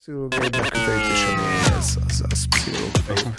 Pszichológiai megközelítés, ami az pszichológiai.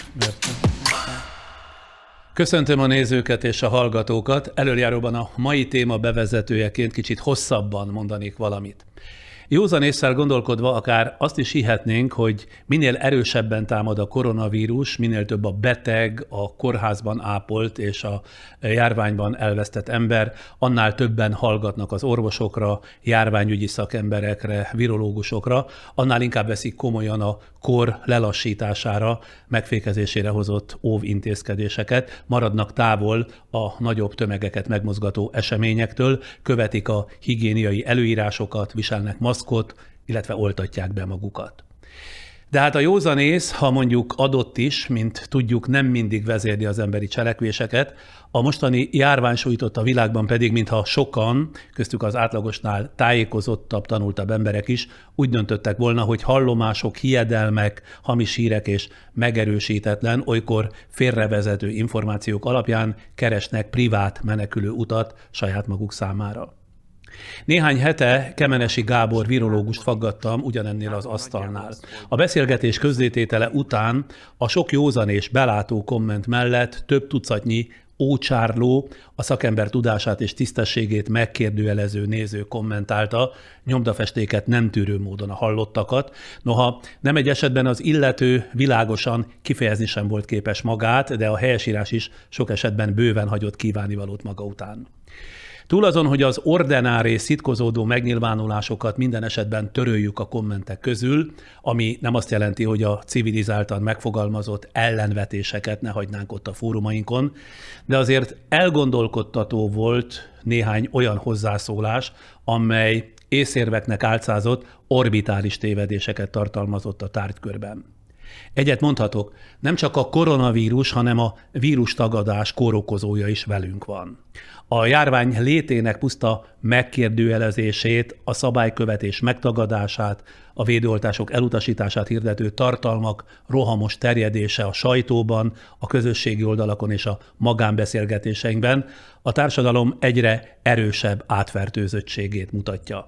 Köszöntöm a nézőket és a hallgatókat. Előjáróban a mai téma bevezetőjeként kicsit hosszabban mondanék valamit. Józan ésszel gondolkodva akár azt is hihetnénk, hogy minél erősebben támad a koronavírus, minél több a beteg, a kórházban ápolt és a járványban elvesztett ember, annál többen hallgatnak az orvosokra, járványügyi szakemberekre, virológusokra, annál inkább veszik komolyan a kor lelassítására, megfékezésére hozott óvintézkedéseket, maradnak távol a nagyobb tömegeket megmozgató eseményektől, követik a higiéniai előírásokat, viselnek maszkot, illetve oltatják be magukat. De hát a józanész, ha mondjuk adott is, mint tudjuk, nem mindig vezérli az emberi cselekvéseket, a mostani járvány sújtott a világban pedig, mintha sokan, köztük az átlagosnál tájékozottabb, tanultabb emberek is úgy döntöttek volna, hogy hallomások, hiedelmek, hamis hírek és megerősítetlen, olykor félrevezető információk alapján keresnek privát menekülő utat saját maguk számára. Néhány hete Kemenesi Gábor virológust faggattam ugyanennél az asztalnál. A beszélgetés közzététele után a sok józan és belátó komment mellett több tucatnyi ócsárló, a szakember tudását és tisztességét megkérdőjelező néző kommentálta, nyomdafestéket nem tűrő módon a hallottakat. Noha nem egy esetben az illető világosan kifejezni sem volt képes magát, de a helyesírás is sok esetben bőven hagyott kívánnivalót maga után. Túl azon, hogy az ordinári szitkozódó megnyilvánulásokat minden esetben töröljük a kommentek közül, ami nem azt jelenti, hogy a civilizáltan megfogalmazott ellenvetéseket ne hagynánk ott a fórumainkon, de azért elgondolkodtató volt néhány olyan hozzászólás, amely észérveknek álcázott orbitális tévedéseket tartalmazott a tárgykörben. Egyet mondhatok, nem csak a koronavírus, hanem a vírustagadás kórokozója is velünk van. A járvány létének puszta megkérdőjelezését, a szabálykövetés megtagadását, a védőoltások elutasítását hirdető tartalmak rohamos terjedése a sajtóban, a közösségi oldalakon és a magánbeszélgetéseinkben a társadalom egyre erősebb átfertőzöttségét mutatja.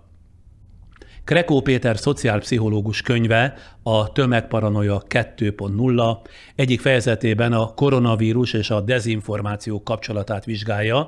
Krekó Péter szociálpszichológus könyve, a Tömegparanoia 2.0 egyik fejezetében a koronavírus és a dezinformáció kapcsolatát vizsgálja,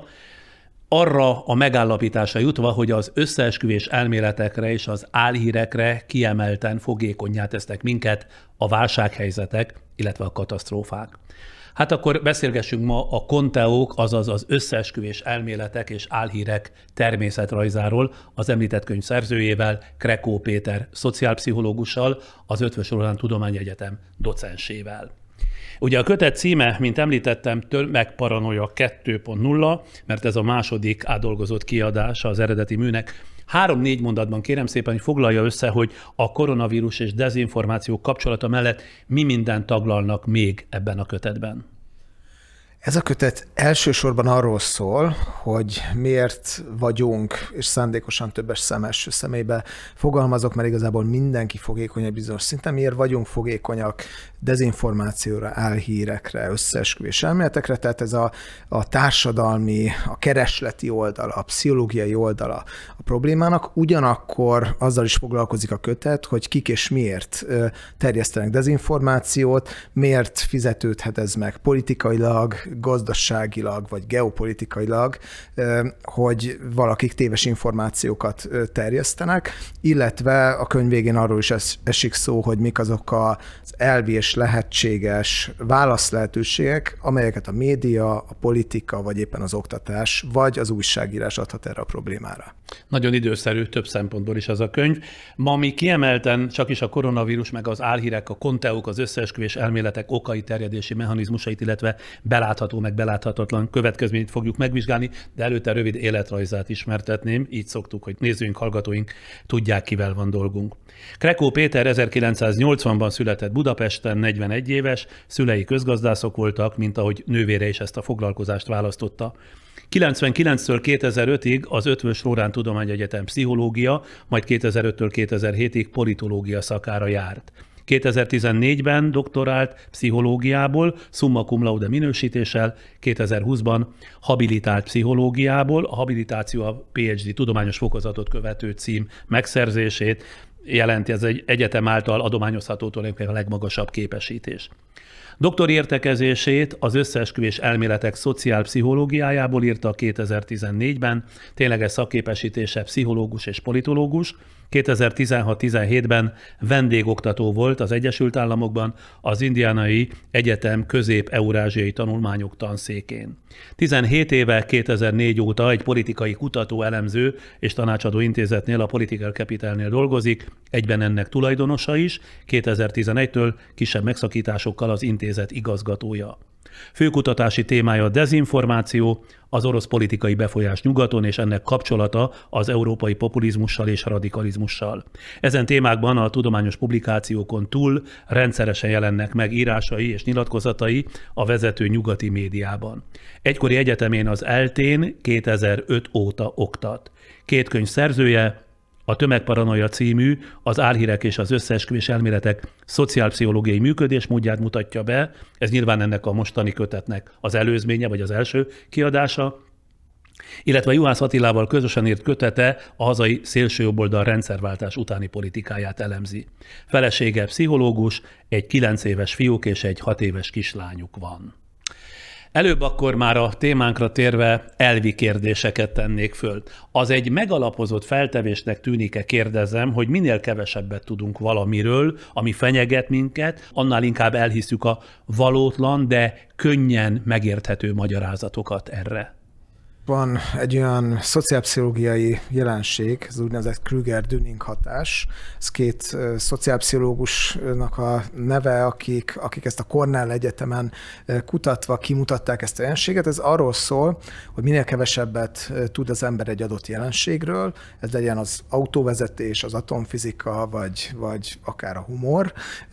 arra a megállapításra jutva, hogy az összeesküvés elméletekre és az álhírekre kiemelten fogékonnyá tesznek minket a válsághelyzetek, illetve a katasztrófák. Hát akkor beszélgessünk ma a konteók, azaz az összeesküvés elméletek és álhírek természetrajzáról az említett könyv szerzőjével, Krekó Péter szociálpszichológussal, az Eötvös Loránd Tudományegyetem docensével. Ugye a kötet címe, mint említettem, Tömegparanoia 2.0, mert ez a második átdolgozott kiadása az eredeti műnek. 3-4 mondatban kérem szépen, hogy foglalja össze, hogy a koronavírus és dezinformáció kapcsolata mellett mi mindent taglalnak még ebben a kötetben. Ez a kötet elsősorban arról szól, hogy miért vagyunk, és szándékosan többes szám első személybe fogalmazok, mert igazából mindenki fogékonyabb bizonyos szinten, miért vagyunk fogékonyak dezinformációra, álhírekre, összeesküvés elméletekre, tehát ez a társadalmi, a keresleti oldala, a pszichológiai oldala a problémának, ugyanakkor azzal is foglalkozik a kötet, hogy kik és miért terjesztenek dezinformációt, miért fizetődhet ez meg politikailag, gazdaságilag vagy geopolitikailag, hogy valakik téves információkat terjesztenek, illetve a könyv végén arról is esik szó, hogy mik azok az elvi és lehetséges válaszlehetőségek, amelyeket a média, a politika, vagy éppen az oktatás, vagy az újságírás adhat erre a problémára. Nagyon időszerű több szempontból is az a könyv. Ma mi kiemelten csak is a koronavírus, meg az álhírek, a konteók, az összeesküvés elméletek okai, terjedési mechanizmusait, illetve belátható, meg beláthatatlan következményt fogjuk megvizsgálni, de előtte rövid életrajzát ismertetném, így szoktuk, hogy nézőink, hallgatóink tudják, kivel van dolgunk. Krekó Péter 1980-ban született Budapesten, 41 éves, szülei közgazdászok voltak, mint ahogy nővére is ezt a foglalkozást választotta. 99-től 2005-ig az Eötvös Loránd Tudományegyetem pszichológia, majd 2005-től 2007-ig politológia szakára járt. 2014-ben doktorált pszichológiából, summa cum laude minősítéssel, 2020-ban habilitált pszichológiából, a habilitáció a PhD tudományos fokozatot követő cím megszerzését, jelenti ez egy egyetem által adományozható tulajdonképpen a legmagasabb képesítés. Doktori értekezését az összeesküvés elméletek szociálpszichológiájából írta 2014-ben, tényleges szakképesítése pszichológus és politológus. 2016-17-ben vendégoktató volt az Egyesült Államokban az Indianai Egyetem közép-eurázsiai tanulmányok tanszékén. 17 éve, 2004 óta egy politikai kutató, elemző és tanácsadó intézetnél, a Political Capitalnél dolgozik, egyben ennek tulajdonosa is, 2011-től kisebb megszakításokkal az intézet igazgatója. Főkutatási témája a dezinformáció, az orosz politikai befolyás nyugaton és ennek kapcsolata az európai populizmussal és radikalizmussal. Ezen témákban a tudományos publikációkon túl rendszeresen jelennek meg írásai és nyilatkozatai a vezető nyugati médiában. Egykori egyetemén az ELTE-n 2005 óta oktat. 2 könyv szerzője, a Tömegparanoia című, az álhírek és az összeesküvés elméletek szociálpszichológiai működésmódját mutatja be, ez nyilván ennek a mostani kötetnek az előzménye, vagy az első kiadása, illetve Juhász Attilával közösen írt kötete a hazai szélsőjobboldal rendszerváltás utáni politikáját elemzi. Felesége pszichológus, egy 9 éves fiúk és egy 6 éves kislányuk van. Előbb akkor már a témánkra térve elvi kérdéseket tennék föl. Az egy megalapozott feltevésnek tűnik-e, kérdezem, hogy minél kevesebbet tudunk valamiről, ami fenyeget minket, annál inkább elhisszük a valótlan, de könnyen megérthető magyarázatokat erre. Van egy olyan szociálpszichológiai jelenség, az úgynevezett Krüger-Dünning hatás. Ez 2 szociálpszichológusnak a neve, akik ezt a Cornell Egyetemen kutatva kimutatták ezt a jelenséget. Ez arról szól, hogy minél kevesebbet tud az ember egy adott jelenségről, ez legyen az autóvezetés, az atomfizika, vagy akár a humor,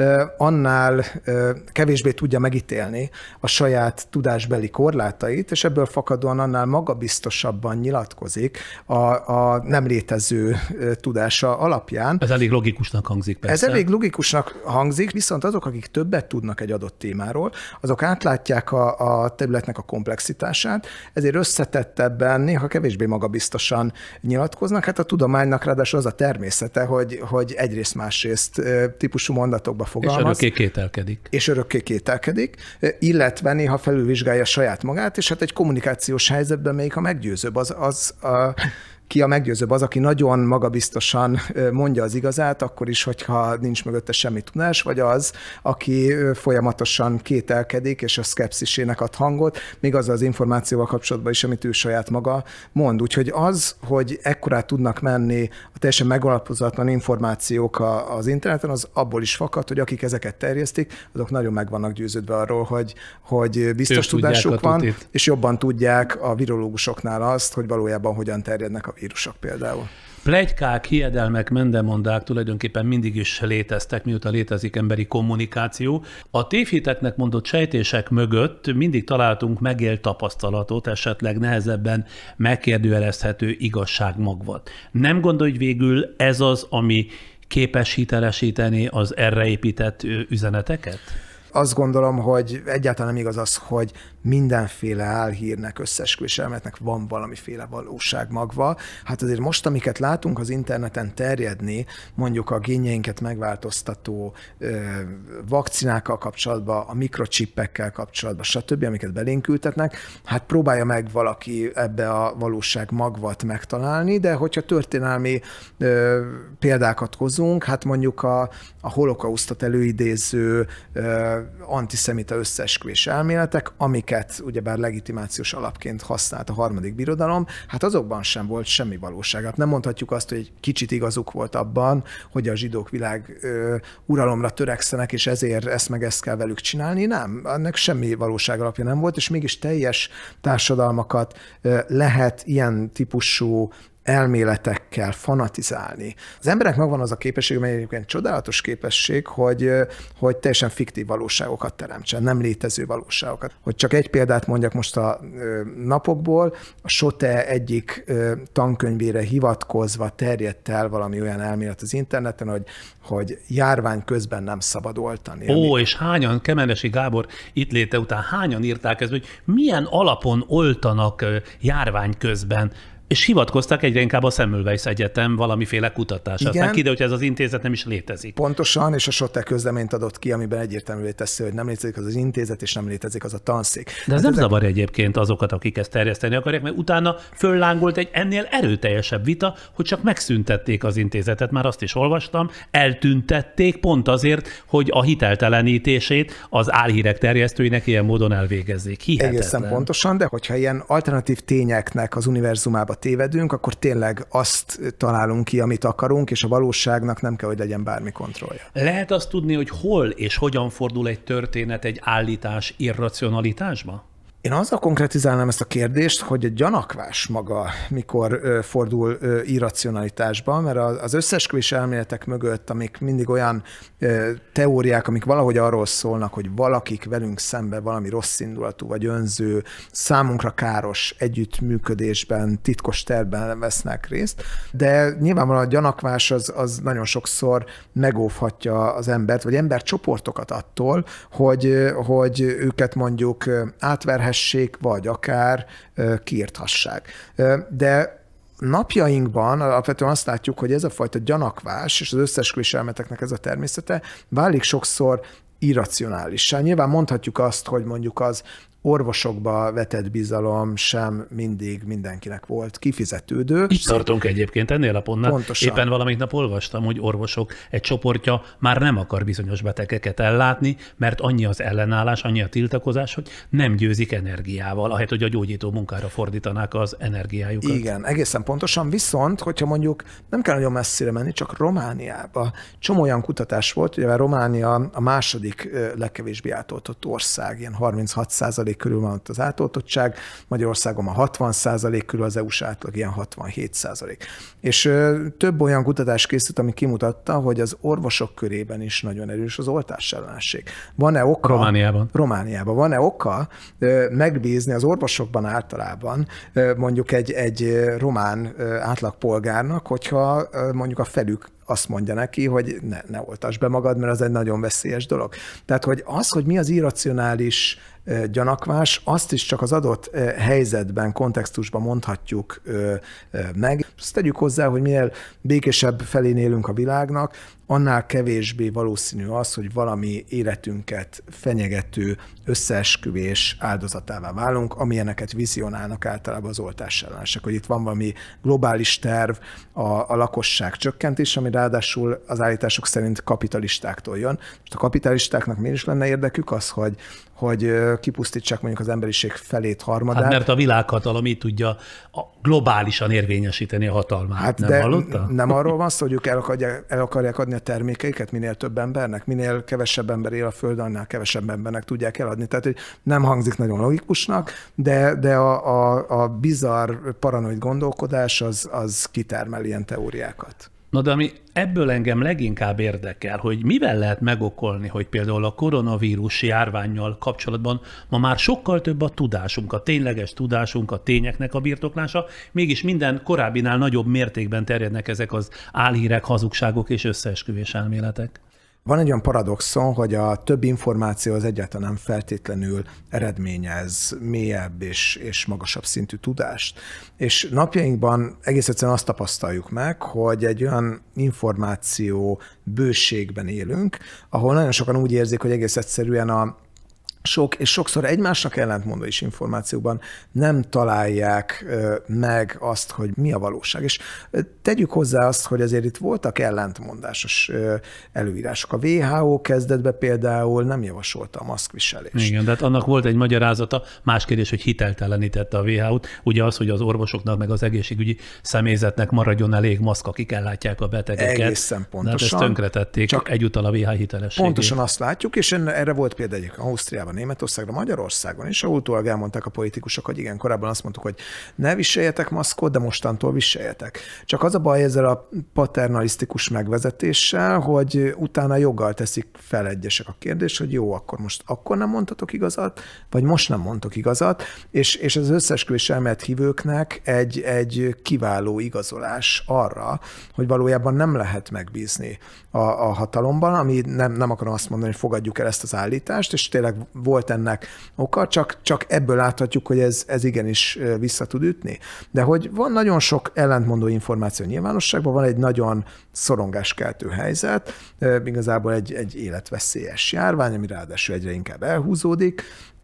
annál kevésbé tudja megítélni a saját tudásbeli korlátait, és ebből fakadóan annál magabiztosabban nyilatkozik a nem létező tudása alapján. Ez elég logikusnak hangzik, persze. Ez elég logikusnak hangzik, viszont azok, akik többet tudnak egy adott témáról, azok átlátják a területnek a komplexitását, ezért összetettebben, néha kevésbé magabiztosan nyilatkoznak. Hát a tudománynak ráadásul az a természete, hogy egyrészt másrészt típusú mondatokba fogalmaz. És örökké kételkedik. Illetve néha felülvizsgálja saját magát, és hát egy kommunikációs helyzetben melyik a meggyőzőbb, ki a meggyőzőbb, az, aki nagyon magabiztosan mondja az igazát, akkor is, hogyha nincs mögötte semmi tudás, vagy az, aki folyamatosan kételkedik, és a szkepszisének ad hangot, még az információval kapcsolatban is, amit ő saját maga mond. Úgyhogy az, hogy ekkorát tudnak menni a teljesen megalapozatlan információk az interneten, az abból is fakad, hogy akik ezeket terjesztik, azok nagyon meg vannak győződve arról, hogy biztos tudásuk van, és jobban tudják a virológusoknál azt, hogy valójában hogyan terjednek a vírusok például. Pletykák, hiedelmek, mendemondák tulajdonképpen mindig is léteztek, mióta létezik emberi kommunikáció. A tévhiteknek mondott sejtések mögött mindig találtunk megélt tapasztalatot, esetleg nehezebben megkérdőjelezhető igazságmagvat. Nem gondolj, hogy végül ez az, ami képes hitelesíteni az erre épített üzeneteket? Azt gondolom, hogy egyáltalán nem igaz az, hogy mindenféle álhírnek, összeesküvés elméletnek van valamiféle valóság magva. Hát azért most, amiket látunk az interneten terjedni, mondjuk a génjeinket megváltoztató vakcinákkal kapcsolatban, a mikrocsippekkel kapcsolatban, stb., amiket belénk ültetnek, hát próbálja meg valaki ebbe a valóság magvat megtalálni, de hogyha történelmi példákat hozunk, hát mondjuk a holokausztot előidéző antiszemita összeesküvés elméletek, amiket ugyebár legitimációs alapként használt a harmadik birodalom, hát azokban sem volt semmi valóság. Hát nem mondhatjuk azt, hogy egy kicsit igazuk volt abban, hogy a zsidók világ uralomra törekszenek, és ezért ezt kell velük csinálni. Nem, ennek semmi valóság alapja nem volt, és mégis teljes társadalmakat lehet ilyen típusú elméletekkel fanatizálni. Az emberek megvan az a képesség, amely egyébként csodálatos képesség, hogy teljesen fiktív valóságokat teremtsen, nem létező valóságokat. Hogy csak egy példát mondjak most a napokból, a SOTE egyik tankönyvére hivatkozva terjedt el valami olyan elmélet az interneten, hogy járvány közben nem szabad oltani. És hányan, Kemenesi Gábor itt léte után hányan írták ezt, hogy milyen alapon oltanak járvány közben? És hivatkoztak egyre inkább a Semmelweis Egyetem valamiféle kutatásra. Aztán kiderült, hogy ez az intézet nem is létezik. Pontosan, és a SOTE közleményt adott ki, amiben egyértelművé teszi, hogy nem létezik az intézet, és nem létezik az a tanszék. De ez nem zavar egyébként azokat, akik ezt terjeszteni akarják, mert utána föllángolt egy ennél erőteljesebb vita, hogy csak megszüntették az intézetet, már azt is olvastam, eltüntették pont azért, hogy a hiteltelenítését az álhírek terjesztőinek ilyen módon elvégezzék. Hihetetlen. Egészen pontosan, de hogyha ilyen alternatív tényeknek az univerzumába tévedünk, akkor tényleg azt találunk ki, amit akarunk, és a valóságnak nem kell, hogy legyen bármi kontrollja. Lehet azt tudni, hogy hol és hogyan fordul egy történet, egy állítás irracionalitásba? Én azzal konkretizálnám ezt a kérdést, hogy a gyanakvás maga mikor fordul irracionalitásba, mert az összeesküvés elméletek mögött, amik mindig olyan teóriák, amik valahogy arról szólnak, hogy valakik velünk szemben valami rosszindulatú vagy önző, számunkra káros együttműködésben, titkos tervben vesznek részt, de nyilvánvalóan a gyanakvás az nagyon sokszor megóvhatja az embert, vagy embercsoportokat attól, hogy őket mondjuk átverhessék, vagy akár kiirthassák. De napjainkban alapvetően azt látjuk, hogy ez a fajta gyanakvás és az összeesküvés elméleteknek ez a természete válik sokszor irracionálissá. Nyilván mondhatjuk azt, hogy mondjuk az orvosokba vetett bizalom sem mindig mindenkinek volt kifizetődő. Itt tartunk egyébként ennél a pontnál. Pontosan. Éppen valamelyik nap olvastam, hogy orvosok egy csoportja már nem akar bizonyos betegeket ellátni, mert annyi az ellenállás, annyi a tiltakozás, hogy nem győzik energiával, ahelyett, hogy a gyógyító munkára fordítanák az energiájukat. Igen, egészen pontosan. Viszont, hogyha mondjuk nem kell nagyon messzire menni, csak Romániába csomó olyan kutatás volt, ugye Románia a második legkevésbé átoltott ország, ilyen 36% körül van ott az átoltottság, Magyarországon a 60% körül, az EU-s átlag ilyen 67%. És több olyan kutatás készült, ami kimutatta, hogy az orvosok körében is nagyon erős az oltásellenesség. Van-e oka? Romániában. Van-e oka megbízni az orvosokban általában mondjuk egy román átlagpolgárnak, hogyha mondjuk a felük azt mondja neki, hogy ne oltasd be magad, mert az egy nagyon veszélyes dolog. Tehát, hogy az, hogy mi az irracionális gyanakvás, azt is csak az adott helyzetben, kontextusban mondhatjuk meg. Azt tegyük hozzá, hogy minél békésebb felén élünk a világnak, annál kevésbé valószínű az, hogy valami életünket fenyegető összeesküvés áldozatává válunk, amilyeneket vizionálnak általában az oltásellenesek, hogy itt van valami globális terv, a lakosság csökkentés, ami ráadásul az állítások szerint kapitalistáktól jön. Most a kapitalistáknak miért is lenne érdekük az, hogy kipusztítsák mondjuk az emberiség felét, harmadát. Hát mert a világhatalom így tudja globálisan érvényesíteni a hatalmát. Hát nem hallotta? Nem arról van szó, hogy ők el akarják adni a termékeiket minél több embernek, minél kevesebb ember él a Földön, annál kevesebb embernek tudják eladni. Tehát, hogy nem hangzik nagyon logikusnak, de a bizarr paranoid gondolkodás az kitermel ilyen teóriákat. Na de ami ebből engem leginkább érdekel, hogy mivel lehet megokolni, hogy például a koronavírus járvánnyal kapcsolatban ma már sokkal több a tudásunk, a tényleges tudásunk, a tényeknek a birtoklása, mégis minden korábbinál nagyobb mértékben terjednek ezek az álhírek, hazugságok és összeesküvés elméletek. Van egy olyan paradoxon, hogy a több információ az egyáltalán nem feltétlenül eredményez mélyebb és magasabb szintű tudást. És napjainkban egész egyszerűen azt tapasztaljuk meg, hogy egy olyan információ bőségben élünk, ahol nagyon sokan úgy érzik, hogy egész egyszerűen a sok és sokszor egymásnak ellentmondó is információban nem találják meg azt, hogy mi a valóság. És tegyük hozzá azt, hogy azért itt voltak ellentmondásos előírások. A WHO kezdetben például nem javasolta a maszkviselést. Igen, de hát annak volt egy magyarázata. Más kérdés, hogy hiteltelenítette a WHO-t. Ugye az, hogy az orvosoknak meg az egészségügyi személyzetnek maradjon elég maszk, akik ellátják a betegeket. Egészen pontosan. De hát ezt tönkretették, csak egyúttal a WHO hitelességét. Pontosan azt látjuk, és erre volt például Ausztriában, Németországra, Magyarországon is, ahol utólag elmondták a politikusok, hogy igen, korábban azt mondtuk, hogy ne viseljetek maszkot, de mostantól viseljetek. Csak az a baj ezzel a paternalisztikus megvezetéssel, hogy utána joggal teszik fel egyesek a kérdést, hogy jó, akkor most akkor nem mondhatok igazat, vagy most nem mondtok igazat, és az összeesküvés elmélet hívőknek egy kiváló igazolás arra, hogy valójában nem lehet megbízni a hatalomban, ami nem akarom azt mondani, hogy fogadjuk el ezt az állítást, és tényleg volt ennek oka, csak ebből láthatjuk, hogy ez igenis vissza tud ütni. De hogy van nagyon sok ellentmondó információ nyilvánosságban, van egy nagyon szorongáskeltő helyzet, igazából egy életveszélyes járvány, ami ráadásul egyre inkább elhúzódik,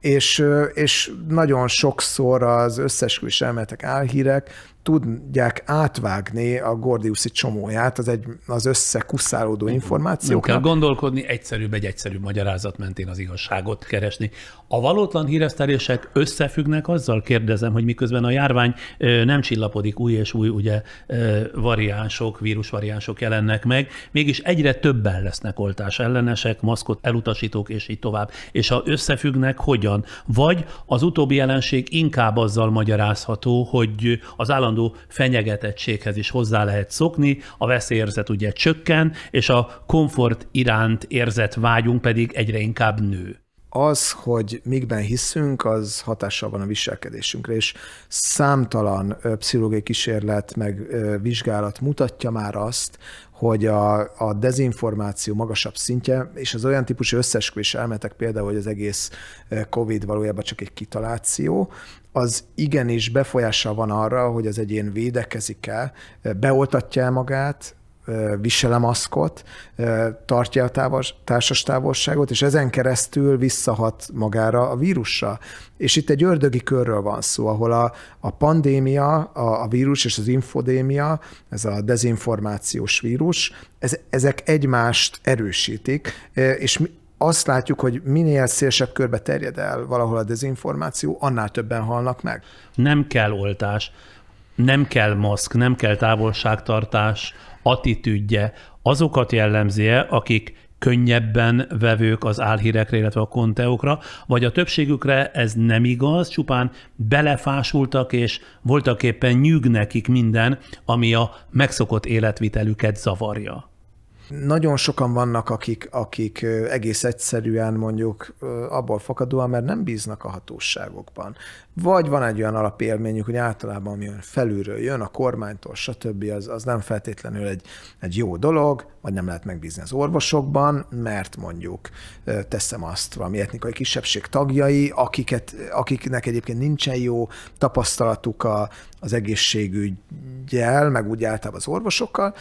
és nagyon sokszor az összeesküvés elméletek, álhírek tudják átvágni a gordiuszi csomóját, az összekuszálódó információknak. Nem kell gondolkodni, egyszerűbb egy egyszerű magyarázat mentén az igazságot keresni. A valótlan híresztelések összefüggnek azzal, kérdezem, hogy miközben a járvány nem csillapodik, új és új ugye variánsok, vírusvariánsok jelennek meg, mégis egyre többen lesznek oltás ellenesek, maszkot elutasítók, és így tovább. És ha összefüggnek, hogyan? Vagy az utóbbi jelenség inkább azzal magyarázható, hogy az állandó fenyegetettséghez is hozzá lehet szokni, a veszélyérzet ugye csökken, és a komfort iránt érzett vágyunk pedig egyre inkább nő. Az, hogy mikben hiszünk, az hatással van a viselkedésünkre, és számtalan pszichológiai kísérlet meg vizsgálat mutatja már azt, hogy a dezinformáció magasabb szintje, és az olyan típusú összeesküvés elméletek például, hogy az egész COVID valójában csak egy kitaláció, az igenis befolyással van arra, hogy az egyén védekezik-e, beoltatja magát, visel a maszkot, tartja a társas távolságot, és ezen keresztül visszahat magára a vírusra. És itt egy ördögi körről van szó, ahol a pandémia, a vírus és az infodémia, ez a dezinformációs vírus, ezek egymást erősítik, és azt látjuk, hogy minél szélesebb körbe terjed el valahol a dezinformáció, annál többen halnak meg. Nem kell oltás, nem kell maszk, nem kell távolságtartás, attitűdje, azokat jellemzie, akik könnyebben vevők az álhírekre, illetve a konteókra, vagy a többségükre ez nem igaz, csupán belefásultak, és voltaképpen nyűg nekik minden, ami a megszokott életvitelüket zavarja. Nagyon sokan vannak, akik egész egyszerűen mondjuk abból fakadóan, mert nem bíznak a hatóságokban. Vagy van egy olyan alapélményük, hogy általában ami felülről jön, a kormánytól, stb. Az nem feltétlenül egy jó dolog, vagy nem lehet megbízni az orvosokban, mert mondjuk teszem azt valami etnikai kisebbség tagjai, akiknek egyébként nincsen jó tapasztalatuk az egészségüggyel, meg úgy általában az orvosokkal,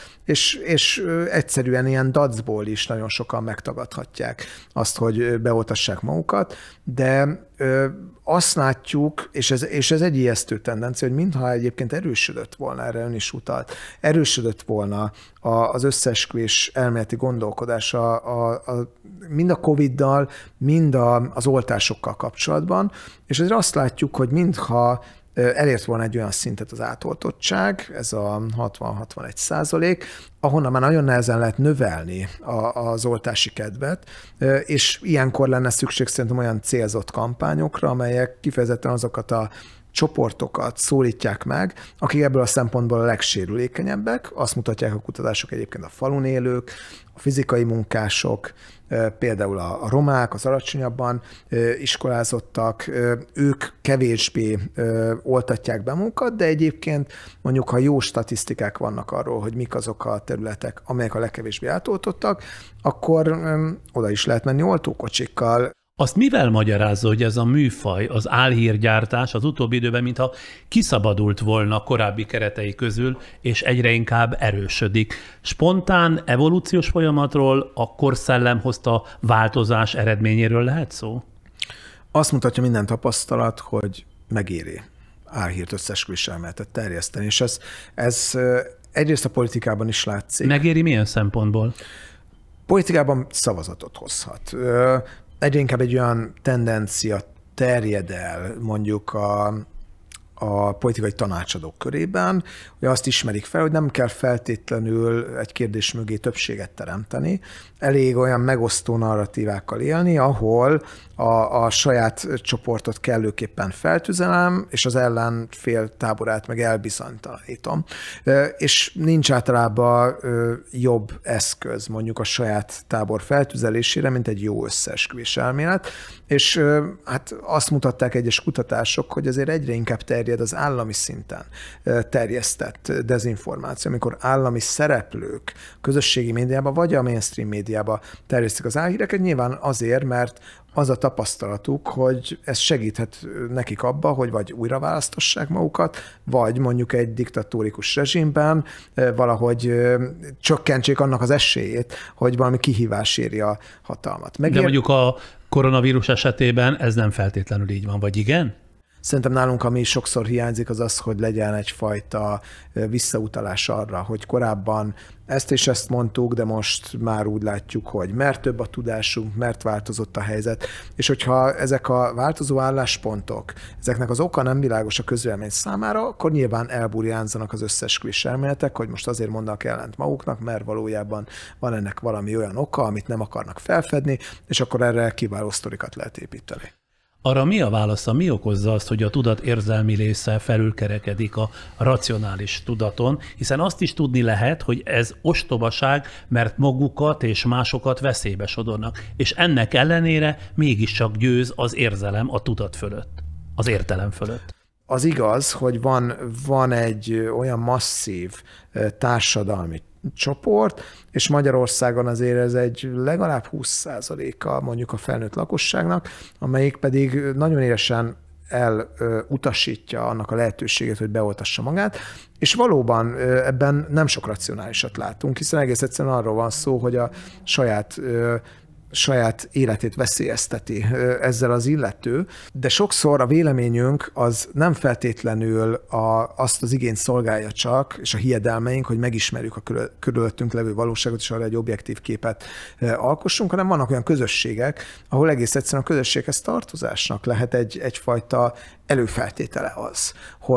és egyszerűen ilyen dacból is nagyon sokan megtagadhatják azt, hogy beoltassák magukat, de azt látjuk, és ez egy ijesztő tendencia, hogy mintha egyébként erősödött volna, erre ön is utalt, erősödött volna az összeesküvés elméleti gondolkodás mind a Covid-dal, mind az oltásokkal kapcsolatban, és ezért azt látjuk, hogy mintha elért volna egy olyan szintet az átoltottság, ez a 60-61%, ahonnan már nagyon nehezen lehet növelni az oltási kedvet, és ilyenkor lenne szükség szerintem olyan célzott kampányokra, amelyek kifejezetten azokat a csoportokat szólítják meg, akik ebből a szempontból a legsérülékenyebbek. Azt mutatják a kutatások egyébként a falun élők, a fizikai munkások, például a romák, az alacsonyabban iskolázottak, ők kevésbé oltatják be magukat, de egyébként mondjuk, ha jó statisztikák vannak arról, hogy mik azok a területek, amelyek a legkevésbé átoltottak, akkor oda is lehet menni oltókocsikkal. Azt mivel magyarázza, hogy ez a műfaj, az álhírgyártás az utóbbi időben, mintha kiszabadult volna korábbi keretei közül, és egyre inkább erősödik? Spontán evolúciós folyamatról, a korszellem hozta változás eredményéről lehet szó? Azt mutatja minden tapasztalat, hogy megéri álhírt, összeesküvés elméletet terjeszteni, és ez egyrészt a politikában is látszik. Megéri milyen szempontból? Politikában szavazatot hozhat. Egyre inkább egy olyan tendencia terjed el mondjuk a politikai tanácsadók körében, hogy azt ismerik fel, hogy nem kell feltétlenül egy kérdés mögé többséget teremteni, elég olyan megosztó narratívákkal élni, ahol a saját csoportot kellőképpen feltüzelem, és az ellenfél táborát meg elbizonytalanítom. És nincs általában jobb eszköz mondjuk a saját tábor feltüzelésére, mint egy jó összeesküvés elmélet. És hát azt mutatták egyes kutatások, hogy azért egyre inkább terjed elterjed az állami szinten terjesztett dezinformáció, amikor állami szereplők közösségi médiában vagy a mainstream médiában terjesztik az álhíreket, nyilván azért, mert az a tapasztalatuk, hogy ez segíthet nekik abba, hogy vagy újra választassák magukat, vagy mondjuk egy diktatórikus rezsimben valahogy csökkentsék annak az esélyét, hogy valami kihívás éri a hatalmat. De mondjuk a koronavírus esetében ez nem feltétlenül így van, vagy igen? Szerintem nálunk, ami sokszor hiányzik, az az, hogy legyen egyfajta visszautalás arra, hogy korábban ezt és ezt mondtuk, de most már úgy látjuk, hogy mert több a tudásunk, mert változott a helyzet, és hogyha ezek a változó álláspontok, ezeknek az oka nem világos a közvélemény számára, akkor nyilván elburjánzanak az összeesküvés elméletek, hogy most azért mondanak ellent maguknak, mert valójában van ennek valami olyan oka, amit nem akarnak felfedni, és akkor erre kiváló sztorikat lehet építeni. Arra mi a válasza, mi okozza azt, hogy a tudat érzelmi része felülkerekedik a racionális tudaton, hiszen azt is tudni lehet, hogy ez ostobaság, mert magukat és másokat veszélybe sodornak, és ennek ellenére mégiscsak győz az érzelem a tudat fölött, az értelem fölött. Az igaz, hogy van egy olyan masszív társadalmi csoport, és Magyarországon azért ez egy legalább 20%-a mondjuk a felnőtt lakosságnak, amelyik pedig nagyon élesen elutasítja annak a lehetőségét, hogy beoltassa magát, és valóban ebben nem sok racionálisat látunk, hiszen egész egyszerűen arról van szó, hogy a saját életét veszélyezteti ezzel az illető, de sokszor a véleményünk az nem feltétlenül azt az igényt szolgálja csak, és a hiedelmeink, hogy megismerjük a körülöttünk levő valóságot, és arra egy objektív képet alkossunk, hanem vannak olyan közösségek, ahol egész egyszerűen a közösséghez tartozásnak lehet egyfajta előfeltétele az,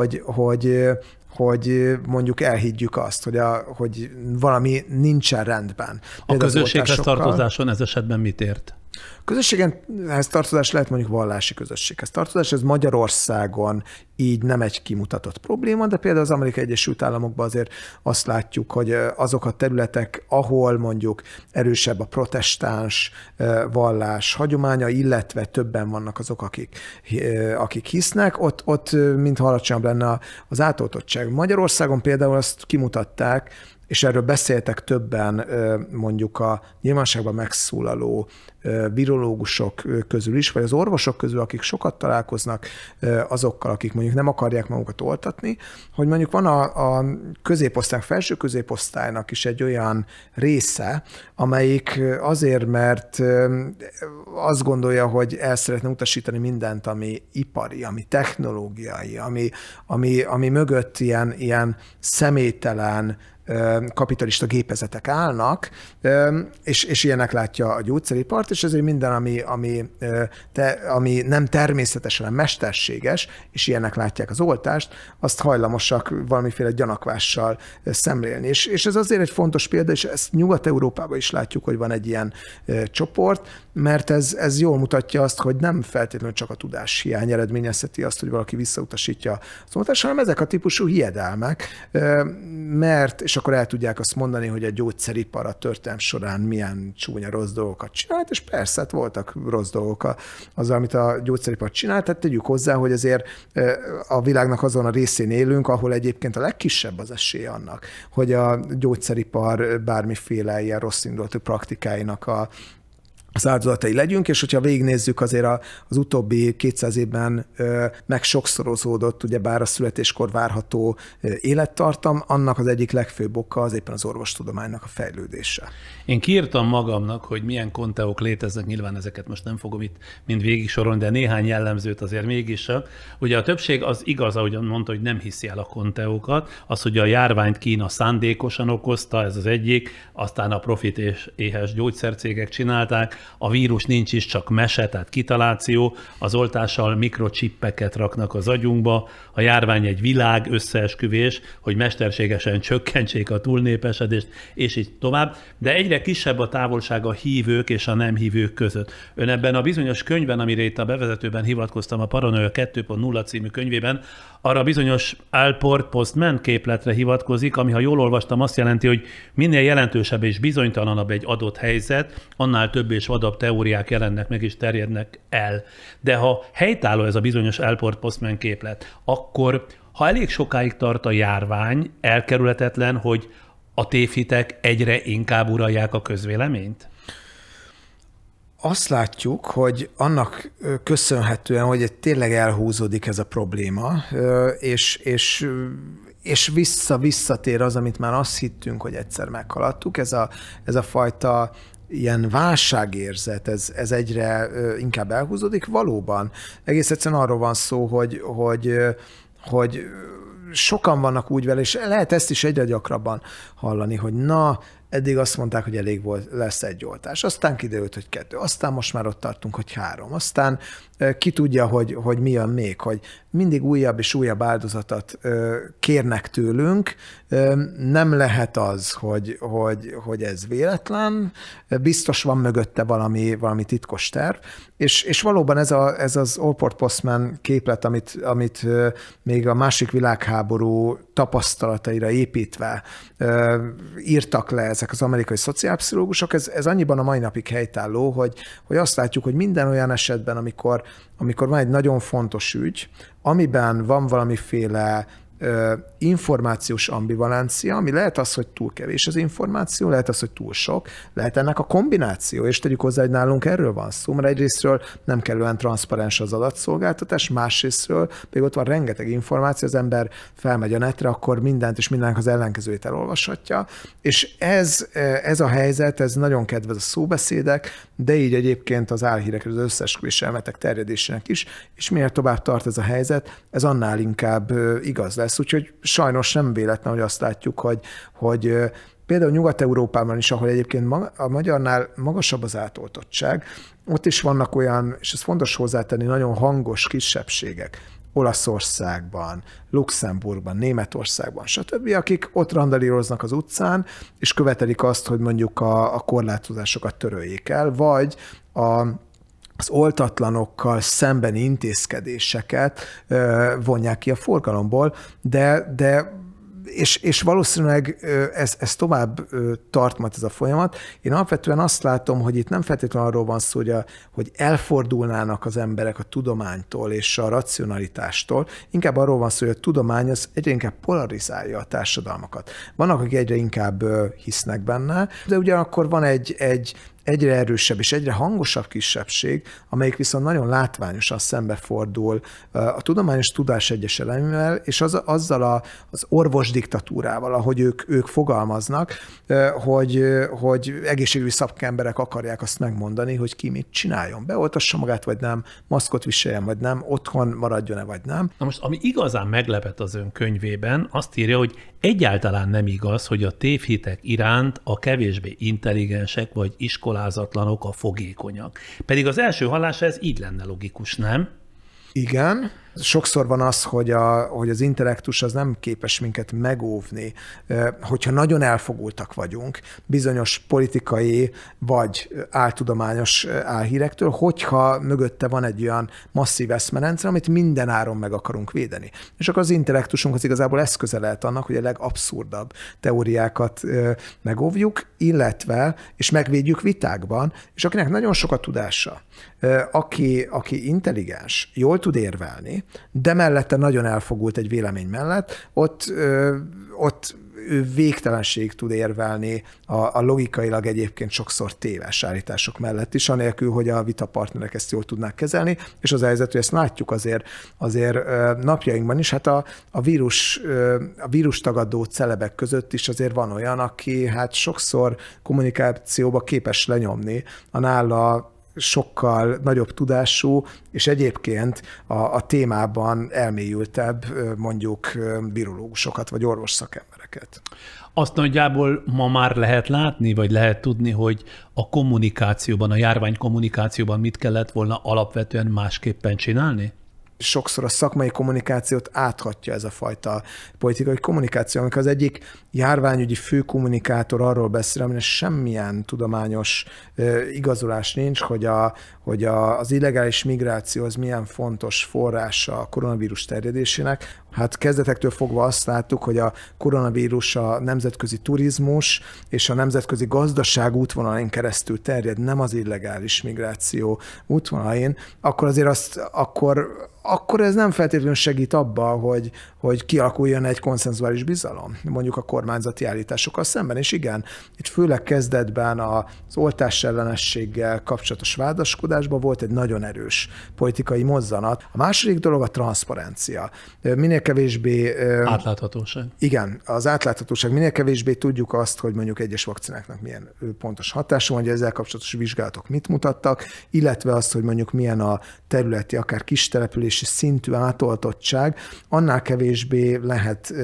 hogy mondjuk elhiggyük azt, hogy valami nincsen rendben. A közösséghez tartozáson ez esetben mit ért? Közösséghez tartozás lehet mondjuk vallási közösséghez tartozás, ez Magyarországon így nem egy kimutatott probléma, de például az Amerikai Egyesült Államokban azért azt látjuk, hogy azok a területek, ahol mondjuk erősebb a protestáns vallás hagyománya, illetve többen vannak azok, akik hisznek, ott mintha alacsonyabb lenne az átoltottság. Magyarországon például azt kimutatták, és erről beszéltek többen mondjuk a nyilvánosságban megszólaló virológusok közül is, vagy az orvosok közül, akik sokat találkoznak azokkal, akik mondjuk nem akarják magukat oltatni, hogy mondjuk van a középosztály, felső középosztálynak is egy olyan része, amelyik azért, mert azt gondolja, hogy el szeretne utasítani mindent, ami ipari, ami technológiai, ami mögött ilyen személytelen kapitalista gépezetek állnak, és ilyenek látja a gyógyszeripart, és ezért minden, ami nem természetes, hanem mesterséges, és ilyenek látják az oltást, azt hajlamosak valamiféle gyanakvással szemlélni. És ez azért egy fontos példa, és ezt Nyugat-Európában is látjuk, hogy van egy ilyen csoport, mert ez jól mutatja azt, hogy nem feltétlenül csak a tudás hiány eredményezheti azt, hogy valaki visszautasítja az oltást, hanem ezek a típusú hiedelmek, mert, és akkor el tudják azt mondani, hogy a gyógyszeripar a történelem során milyen csúnya rossz dolgokat csinált, és persze, hát voltak rossz dolgok azzal, amit a gyógyszeripar csinált, tehát tegyük hozzá, hogy azért a világnak azon a részén élünk, ahol egyébként a legkisebb az esély annak, hogy a gyógyszeripar bármiféle ilyen rossz indulatú praktikáinak az áldozatai legyünk, és hogyha végignézzük, azért az utóbbi 200 évben megsokszorozódott, ugyebár a születéskor várható élettartam, annak az egyik legfőbb oka az éppen az orvostudománynak a fejlődése. Én kiírtam magamnak, hogy milyen konteók léteznek, nyilván ezeket most nem fogom itt mind végig sorolni, de néhány jellemzőt azért mégis. Ugye a többség az igaz, ahogyan mondta, hogy nem hiszi el a konteókat, az, hogy a járványt Kína szándékosan okozta, ez az egyik, aztán a profit és éhes gyógyszercégek csinálták, a vírus nincs is, csak mese, tehát kitaláció, az oltással mikrocsippeket raknak az agyunkba, a járvány egy világ összeesküvés, hogy mesterségesen csökkentsék a túlnépesedést, és így tovább, de egyre kisebb a távolság a hívők és a nem hívők között. Ön ebben a bizonyos könyvben, amire itt a bevezetőben hivatkoztam, a Paranoia 2.0 című könyvében, arra a bizonyos Allport Postman képletre hivatkozik, ami, ha jól olvastam, azt jelenti, hogy minél jelentősebb és bizonytalanabb egy adott helyzet, annál több és vadabb teóriák jelennek meg és terjednek el. De ha helytálló ez a bizonyos Allport Postman képlet, akkor ha elég sokáig tart a járvány, elkerülhetetlen, hogy a tévhitek egyre inkább uralják a közvéleményt? Azt látjuk, hogy annak köszönhetően, hogy tényleg elhúzódik ez a probléma, és visszatér az, amit már azt hittünk, hogy egyszer meghaladtuk, ez a fajta ilyen válságérzet, ez egyre inkább elhúzódik. Valóban egész egyszerűen arról van szó, hogy sokan vannak úgy vele, és lehet ezt is egyre gyakrabban hallani, hogy na, eddig azt mondták, hogy elég volt, lesz egy oltás, aztán kiderült, hogy 2, aztán most már ott tartunk, hogy 3, aztán ki tudja, hogy mi jön még, hogy mindig újabb és újabb áldozatot kérnek tőlünk, nem lehet az, hogy ez véletlen, biztos van mögötte valami titkos terv, és valóban ez az Allport Postman képlet, amit még a második világháború tapasztalataira építve írtak le ezek az amerikai szociálpszichológusok, ez annyiban a mai napig helytálló, hogy azt látjuk, hogy minden olyan esetben, amikor van egy nagyon fontos ügy, amiben van valamiféle információs ambivalencia, ami lehet az, hogy túl kevés az információ, lehet az, hogy túl sok, lehet ennek a kombináció, és tegyük hozzá, hogy nálunk erről van szó, mert egyrésztről nem kellően transzparens az adatszolgáltatás, másrésztről pedig ott van rengeteg információ, az ember felmegy a netre, akkor mindent és mindennek az ellenkezőjét elolvashatja, és ez a helyzet, ez nagyon kedvez a szóbeszédek, de így egyébként az álhírek, az összeesküvés elméletek terjedésének is, és minél tovább tart ez a helyzet, ez annál inkább igaz lesz. Úgyhogy sajnos nem véletlen, hogy azt látjuk, hogy például Nyugat-Európában is, ahol egyébként a magyarnál magasabb az átoltottság, ott is vannak olyan, és ez fontos hozzátenni, nagyon hangos kisebbségek, Olaszországban, Luxemburgban, Németországban, stb., akik ott randalíroznak az utcán, és követelik azt, hogy mondjuk a korlátozásokat töröljék el, vagy az oltatlanokkal szembeni intézkedéseket vonják ki a forgalomból, és valószínűleg ez tovább tart majd ez a folyamat. Én alapvetően azt látom, hogy itt nem feltétlenül arról van szó, hogy elfordulnának az emberek a tudománytól és a racionalitástól, inkább arról van szó, hogy a tudomány az egyre inkább polarizálja a társadalmakat. Vannak, akik egyre inkább hisznek benne, de ugyanakkor van egy egyre erősebb és egyre hangosabb kisebbség, amelyik viszont nagyon látványosan szembefordul a tudományos tudás egyes elemével, és azzal az orvos diktatúrával, ahogy ők fogalmaznak, hogy egészségügyi szakemberek akarják azt megmondani, hogy ki mit csináljon. Beoltassa magát, vagy nem, maszkot viseljen, vagy nem, otthon maradjon-e, vagy nem. Na most, ami igazán meglepett az ön könyvében, azt írja, hogy egyáltalán nem igaz, hogy a tévhitek iránt a kevésbé intelligensek vagy iskolázatlanok a fogékonyak. Pedig az első hallásra ez így lenne logikus, nem? Igen. Sokszor van az, hogy az intellektus az nem képes minket megóvni, hogyha nagyon elfogultak vagyunk bizonyos politikai vagy áltudományos álhírektől, hogyha mögötte van egy olyan masszív eszmerendszer, amit minden áron meg akarunk védeni. És akkor az intellektusunk az igazából eszköze lehet annak, hogy a legabszurdabb teóriákat megóvjuk, illetve, és megvédjük vitákban, és akinek nagyon sok a tudása, aki intelligens, jól tud érvelni, de mellette nagyon elfogult egy vélemény mellett, ott ő végtelenség tud érvelni a logikailag egyébként sokszor téves állítások mellett is, anélkül, hogy a vitapartnerek ezt jól tudnák kezelni, és az helyzet, hogy ezt látjuk azért napjainkban is, hát a vírus tagadó celebek között is azért van olyan, aki hát sokszor kommunikációba képes lenyomni a nála sokkal nagyobb tudású, és egyébként a témában elmélyültebb mondjuk virológusokat, vagy orvos szakembereket. Azt nagyjából ma már lehet látni, vagy lehet tudni, hogy a kommunikációban, a járvány kommunikációban mit kellett volna alapvetően másképpen csinálni? sokszor a szakmai kommunikációt áthatja ez a fajta politikai kommunikáció, amikor az egyik járványügyi főkommunikátor arról beszél, aminek semmilyen tudományos igazolás nincs, hogy az illegális migráció az milyen fontos forrása a koronavírus terjedésének. Hát kezdetektől fogva azt láttuk, hogy a koronavírus a nemzetközi turizmus és a nemzetközi gazdaság útvonalain keresztül terjed, nem az illegális migráció útvonalain, akkor azért akkor ez nem feltétlenül segít abba, hogy kialakuljon egy konszenzuális bizalom, mondjuk a kormányzati állításokkal szemben. És igen, itt főleg kezdetben az oltás ellenességgel kapcsolatos vádaskodásban volt egy nagyon erős politikai mozzanat. A második dolog a transzparencia. Minél kevésbé... Átláthatóság. Igen, az átláthatóság. Minél kevésbé tudjuk azt, hogy mondjuk egyes vakcináknak milyen pontos hatása van, hogy ezzel kapcsolatos vizsgálatok mit mutattak, illetve azt, hogy mondjuk milyen a területi, akár kis települési szintű átoltottság, annál kevésbé lehet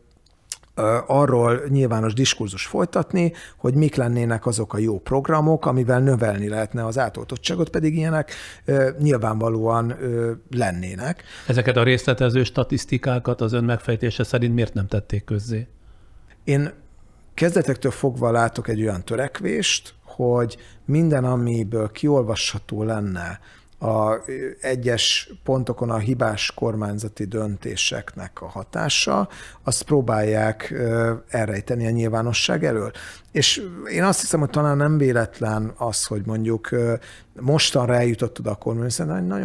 arról nyilvános diskurzus folytatni, hogy mik lennének azok a jó programok, amivel növelni lehetne az átoltottságot, pedig ilyenek nyilvánvalóan lennének. Ezeket a részletező statisztikákat az ön megfejtése szerint miért nem tették közzé? Én kezdetektől fogva látok egy olyan törekvést, hogy minden, amiből kiolvasható lenne a egyes pontokon a hibás kormányzati döntéseknek a hatása, azt próbálják elrejteni a nyilvánosság elől. És én azt hiszem, hogy talán nem véletlen az, hogy mondjuk mostanra eljutott oda a kormány, szerintem egy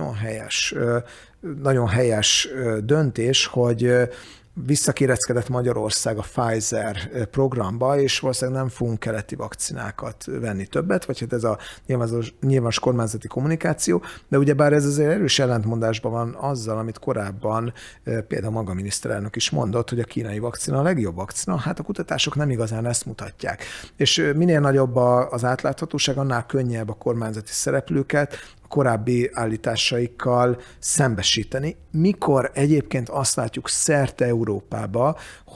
nagyon helyes döntés, hogy visszakéreckedett Magyarország a Pfizer programba, és valószínűleg nem fogunk keleti vakcinákat venni többet, vagy hát ez a nyilvános kormányzati kommunikáció, de ugyebár ez azért erős ellentmondásban van azzal, amit korábban például maga miniszterelnök is mondott, hogy a kínai vakcina a legjobb vakcina, hát a kutatások nem igazán ezt mutatják. És minél nagyobb az átláthatóság, annál könnyebb a kormányzati szereplőket korábbi állításaikkal szembesíteni, mikor egyébként azt látjuk szerte Európába,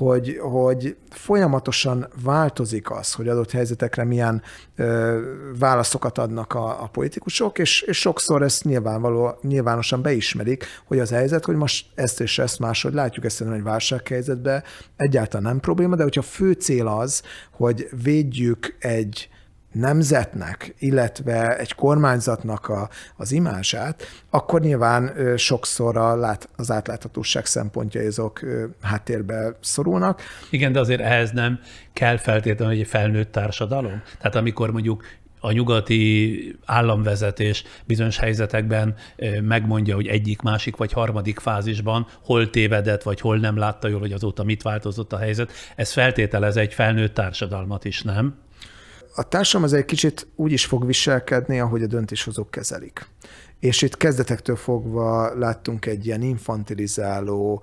hogy folyamatosan változik az, hogy adott helyzetekre milyen válaszokat adnak a politikusok, és sokszor ezt nyilvánosan beismerik, hogy az helyzet, hogy most ezt és ezt máshogy látjuk, ezt nem egy válsághelyzetben egyáltalán nem probléma, de hogyha fő cél az, hogy védjük egy nemzetnek, illetve egy kormányzatnak az imázsát, akkor nyilván sokszor az átláthatóság szempontjai azok háttérbe szorulnak. Igen, de azért ehhez nem kell feltétlenül egy felnőtt társadalom. Tehát amikor mondjuk a nyugati államvezetés bizonyos helyzetekben megmondja, hogy egyik, másik vagy harmadik fázisban hol tévedett, vagy hol nem látta jól, hogy azóta mit változott a helyzet, ez feltételez egy felnőtt társadalmat is, nem? A társadalom ez egy kicsit úgy is fog viselkedni, ahogy a döntéshozók kezelik. És itt kezdetektől fogva láttunk egy ilyen infantilizáló,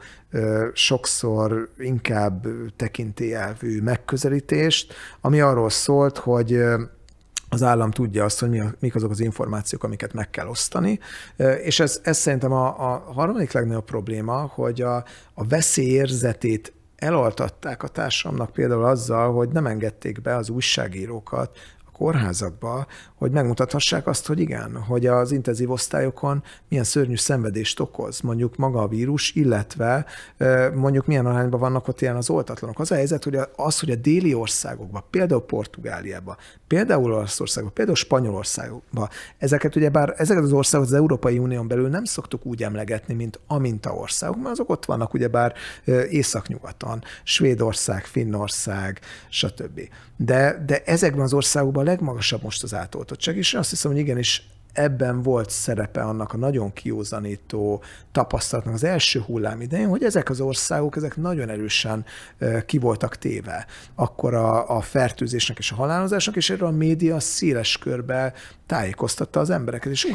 sokszor inkább tekintélyelvű megközelítést, ami arról szólt, hogy az állam tudja azt, hogy mik azok az információk, amiket meg kell osztani. És ez szerintem a harmadik legnagyobb probléma, hogy a veszélyérzetét elaltatták a társadalomnak például azzal, hogy nem engedték be az újságírókat a kórházakba, hogy megmutathassák azt, hogy igen, hogy az intenzív osztályokon milyen szörnyű szenvedést okoz, mondjuk maga a vírus, illetve mondjuk milyen arányban vannak ott ilyen az oltatlanok. Az a helyzet, hogy a déli országokban, például Portugáliában, például Olaszországban, például Spanyolországban, ezeket az országokat az Európai Unión belül nem szoktuk úgy emlegetni, mint a mintaországok, mert azok ott vannak ugyebár északnyugaton, Svédország, Finnország, stb. De ezekben az országokban a legmagasabb most az átoltottság, és azt hiszem, hogy igenis ebben volt szerepe annak a nagyon kiózanító tapasztalatnak az első hullám idején, hogy ezek az országok, ezek nagyon erősen ki voltak téve akkor a fertőzésnek és a halálozásnak, és erről a média széles körbe tájékoztatta az embereket, és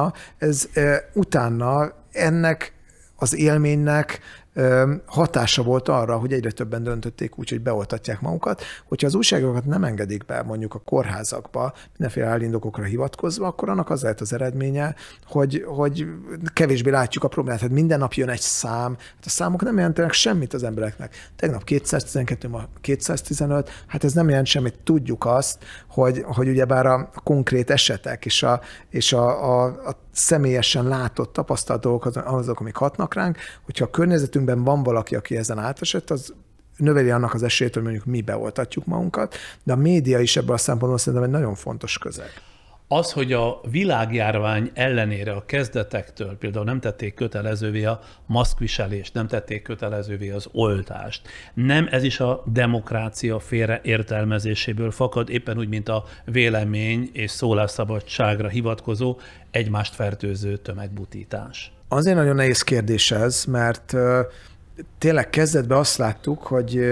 utána ennek az élménynek hatása volt arra, hogy egyre többen döntötték úgy, hogy beoltatják magukat. Hogyha az újságokat nem engedik be mondjuk a kórházakba, mindenféle állindokokra hivatkozva, akkor annak az lehet az eredménye, hogy kevésbé látjuk a problémát. Hát minden nap jön egy szám, hát a számok nem jelentenek semmit az embereknek. Tegnap 212, ma 215, hát ez nem jelent semmit. Tudjuk azt, hogy ugyebár a konkrét esetek és a személyesen látott, tapasztalt dolgok azok, amik hatnak ránk, hogyha a környezetünkben van valaki, aki ezen átesett, az növeli annak az esélyt, hogy mondjuk mi beoltatjuk magunkat, de a média is ebből a szempontból szerintem egy nagyon fontos közeg. Az, hogy a világjárvány ellenére a kezdetektől például nem tették kötelezővé a maszkviselést, nem tették kötelezővé az oltást. Nem ez is a demokrácia félreértelmezéséből fakad, éppen úgy, mint a vélemény és szólásszabadságra hivatkozó, egymást fertőző tömegbutítás. Azért nagyon nehéz kérdés ez, mert tényleg kezdetben azt láttuk,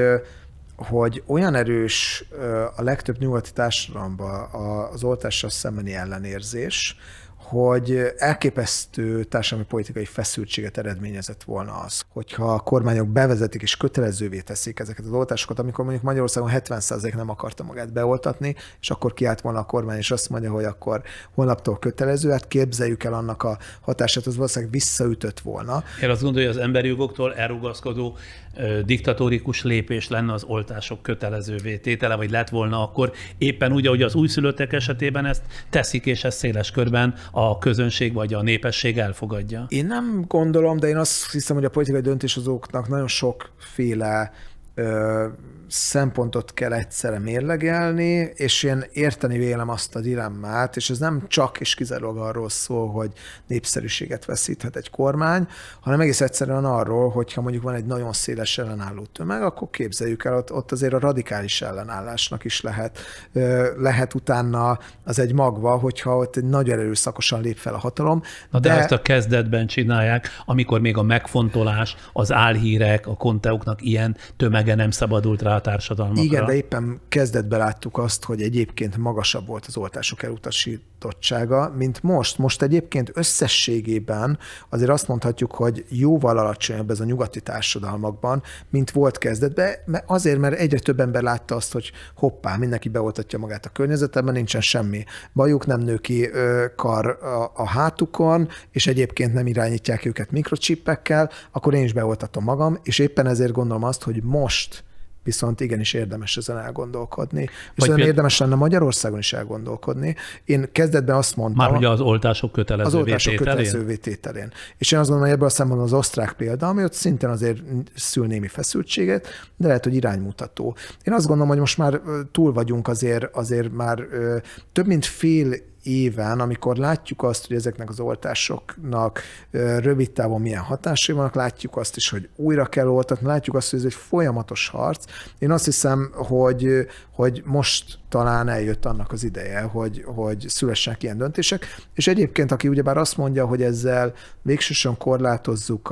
hogy olyan erős a legtöbb nyugati társadalomban az oltással szembeni ellenérzés, hogy elképesztő társadalmi politikai feszültséget eredményezett volna az, hogyha a kormányok bevezetik és kötelezővé teszik ezeket az oltásokat, amikor mondjuk Magyarországon 70% nem akarta magát beoltatni, és akkor kiállt volna a kormány, és azt mondja, hogy akkor holnaptól kötelező, hát képzeljük el annak a hatását, az valószínűleg visszaütött volna. Én azt gondolom, hogy az emberi jogoktól elrugaszkodó diktatórikus lépés lenne az oltások kötelezővé tétele, vagy lett volna akkor éppen úgy, ahogy az újszülöttek esetében ezt teszik, és ezt széles körben a közönség vagy a népesség elfogadja. Én nem gondolom, de én azt hiszem, hogy a politikai döntéshozóknak nagyon sokféle szempontot kell egyszerre mérlegelni, és én érteni vélem azt a dilemmát, és ez nem csak és kizárólag arról szól, hogy népszerűséget veszíthet egy kormány, hanem egész egyszerűen arról, hogyha mondjuk van egy nagyon széles ellenálló tömeg, akkor képzeljük el, ott azért a radikális ellenállásnak is lehet utána az egy magva, hogyha ott egy nagy erőszakosan lép fel a hatalom. De ezt a kezdetben csinálják, amikor még a megfontolás, az álhírek, a konteóknak ilyen tömege nem szabadult rá a társadalmakra. Igen, de éppen kezdetben láttuk azt, hogy egyébként magasabb volt az oltások elutasítottsága, mint most. Most egyébként összességében azért azt mondhatjuk, hogy jóval alacsonyabb ez a nyugati társadalmakban, mint volt kezdetben, mert egyre több ember látta azt, hogy hoppá, mindenki beoltatja magát a környezetben, nincsen semmi bajuk, nem nő ki kar a hátukon, és egyébként nem irányítják őket mikrochippekkel, akkor én is beoltatom magam, és éppen ezért gondolom azt, hogy most viszont igenis érdemes ezen elgondolkodni. És érdemes lenne Magyarországon is elgondolkodni. Én kezdetben azt mondtam... Már ugye az oltások kötelezővé tételén. És én azt gondolom, hogy ebből a szempontból az osztrák példa, ami ott szintén azért szül némi feszültséget, de lehet, hogy iránymutató. Én azt gondolom, hogy most már túl vagyunk azért már több mint fél éven, amikor látjuk azt, hogy ezeknek az oltásoknak rövid távon milyen hatásai vannak, látjuk azt is, hogy újra kell oltatni, látjuk azt, hogy ez egy folyamatos harc. Én azt hiszem, hogy most talán eljött annak az ideje, hogy szülessenek ilyen döntések, és egyébként, aki ugyebár azt mondja, hogy ezzel végsősorban korlátozzuk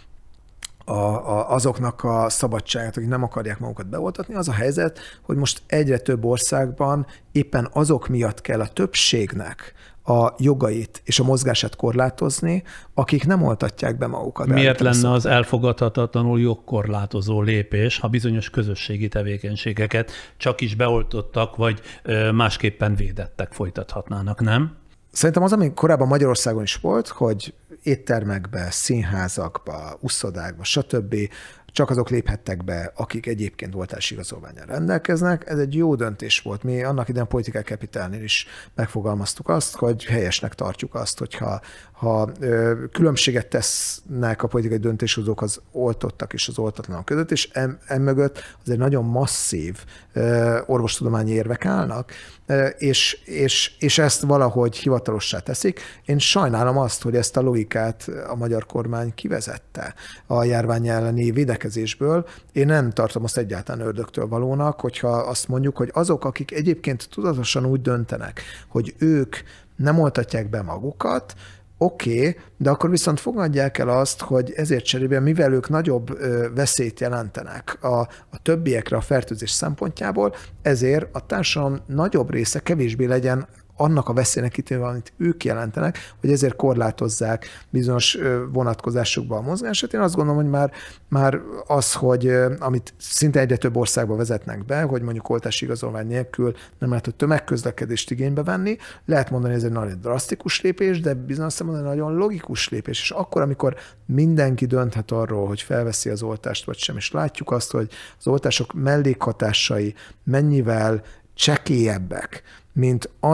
azoknak a szabadságát, akik nem akarják magukat beoltatni, az a helyzet, hogy most egyre több országban éppen azok miatt kell a többségnek a jogait és a mozgását korlátozni, akik nem oltatják be magukat. Miért lenne az elfogadhatatlanul jogkorlátozó lépés, ha bizonyos közösségi tevékenységeket csak is beoltottak, vagy másképpen védettek folytathatnának, nem? Szerintem az, ami korábban Magyarországon is volt, hogy éttermekbe, színházakba, uszodákba, stb. Csak azok léphettek be, akik egyébként oltási igazolvánnyal rendelkeznek. Ez egy jó döntés volt. Mi annak idején Political Capitalnél is megfogalmaztuk azt, hogy helyesnek tartjuk azt, hogyha különbséget tesznek a politikai döntéshozók az oltottak és az oltatlanok között, és emögött azért nagyon masszív orvostudományi érvek állnak, és ezt valahogy hivatalossá teszik. Én sajnálom azt, hogy ezt a logikát a magyar kormány kivezette a járvány elleni védekezésből. Én nem tartom azt egyáltalán ördögtől valónak, hogyha azt mondjuk, hogy azok, akik egyébként tudatosan úgy döntenek, hogy ők nem oltatják be magukat, oké, de akkor viszont fogadják el azt, hogy ezért cserébe, mivel ők nagyobb veszélyt jelentenek a többiekre a fertőzés szempontjából, ezért a társadalom nagyobb része kevésbé legyen annak a veszélynek kitéve, amit ők jelentenek, hogy ezért korlátozzák bizonyos vonatkozásokban a mozgását. Én azt gondolom, hogy már az, hogy amit szinte egyre több országba vezetnek be, hogy mondjuk oltási igazolvány nélkül nem lehet a tömegközlekedést igénybe venni, lehet mondani, hogy ez egy nagyon drasztikus lépés, de bizonyos szempontból egy nagyon logikus lépés. És akkor, amikor mindenki dönthet arról, hogy felveszi az oltást vagy sem, és látjuk azt, hogy az oltások mellékhatásai mennyivel csekélyebbek, mint az a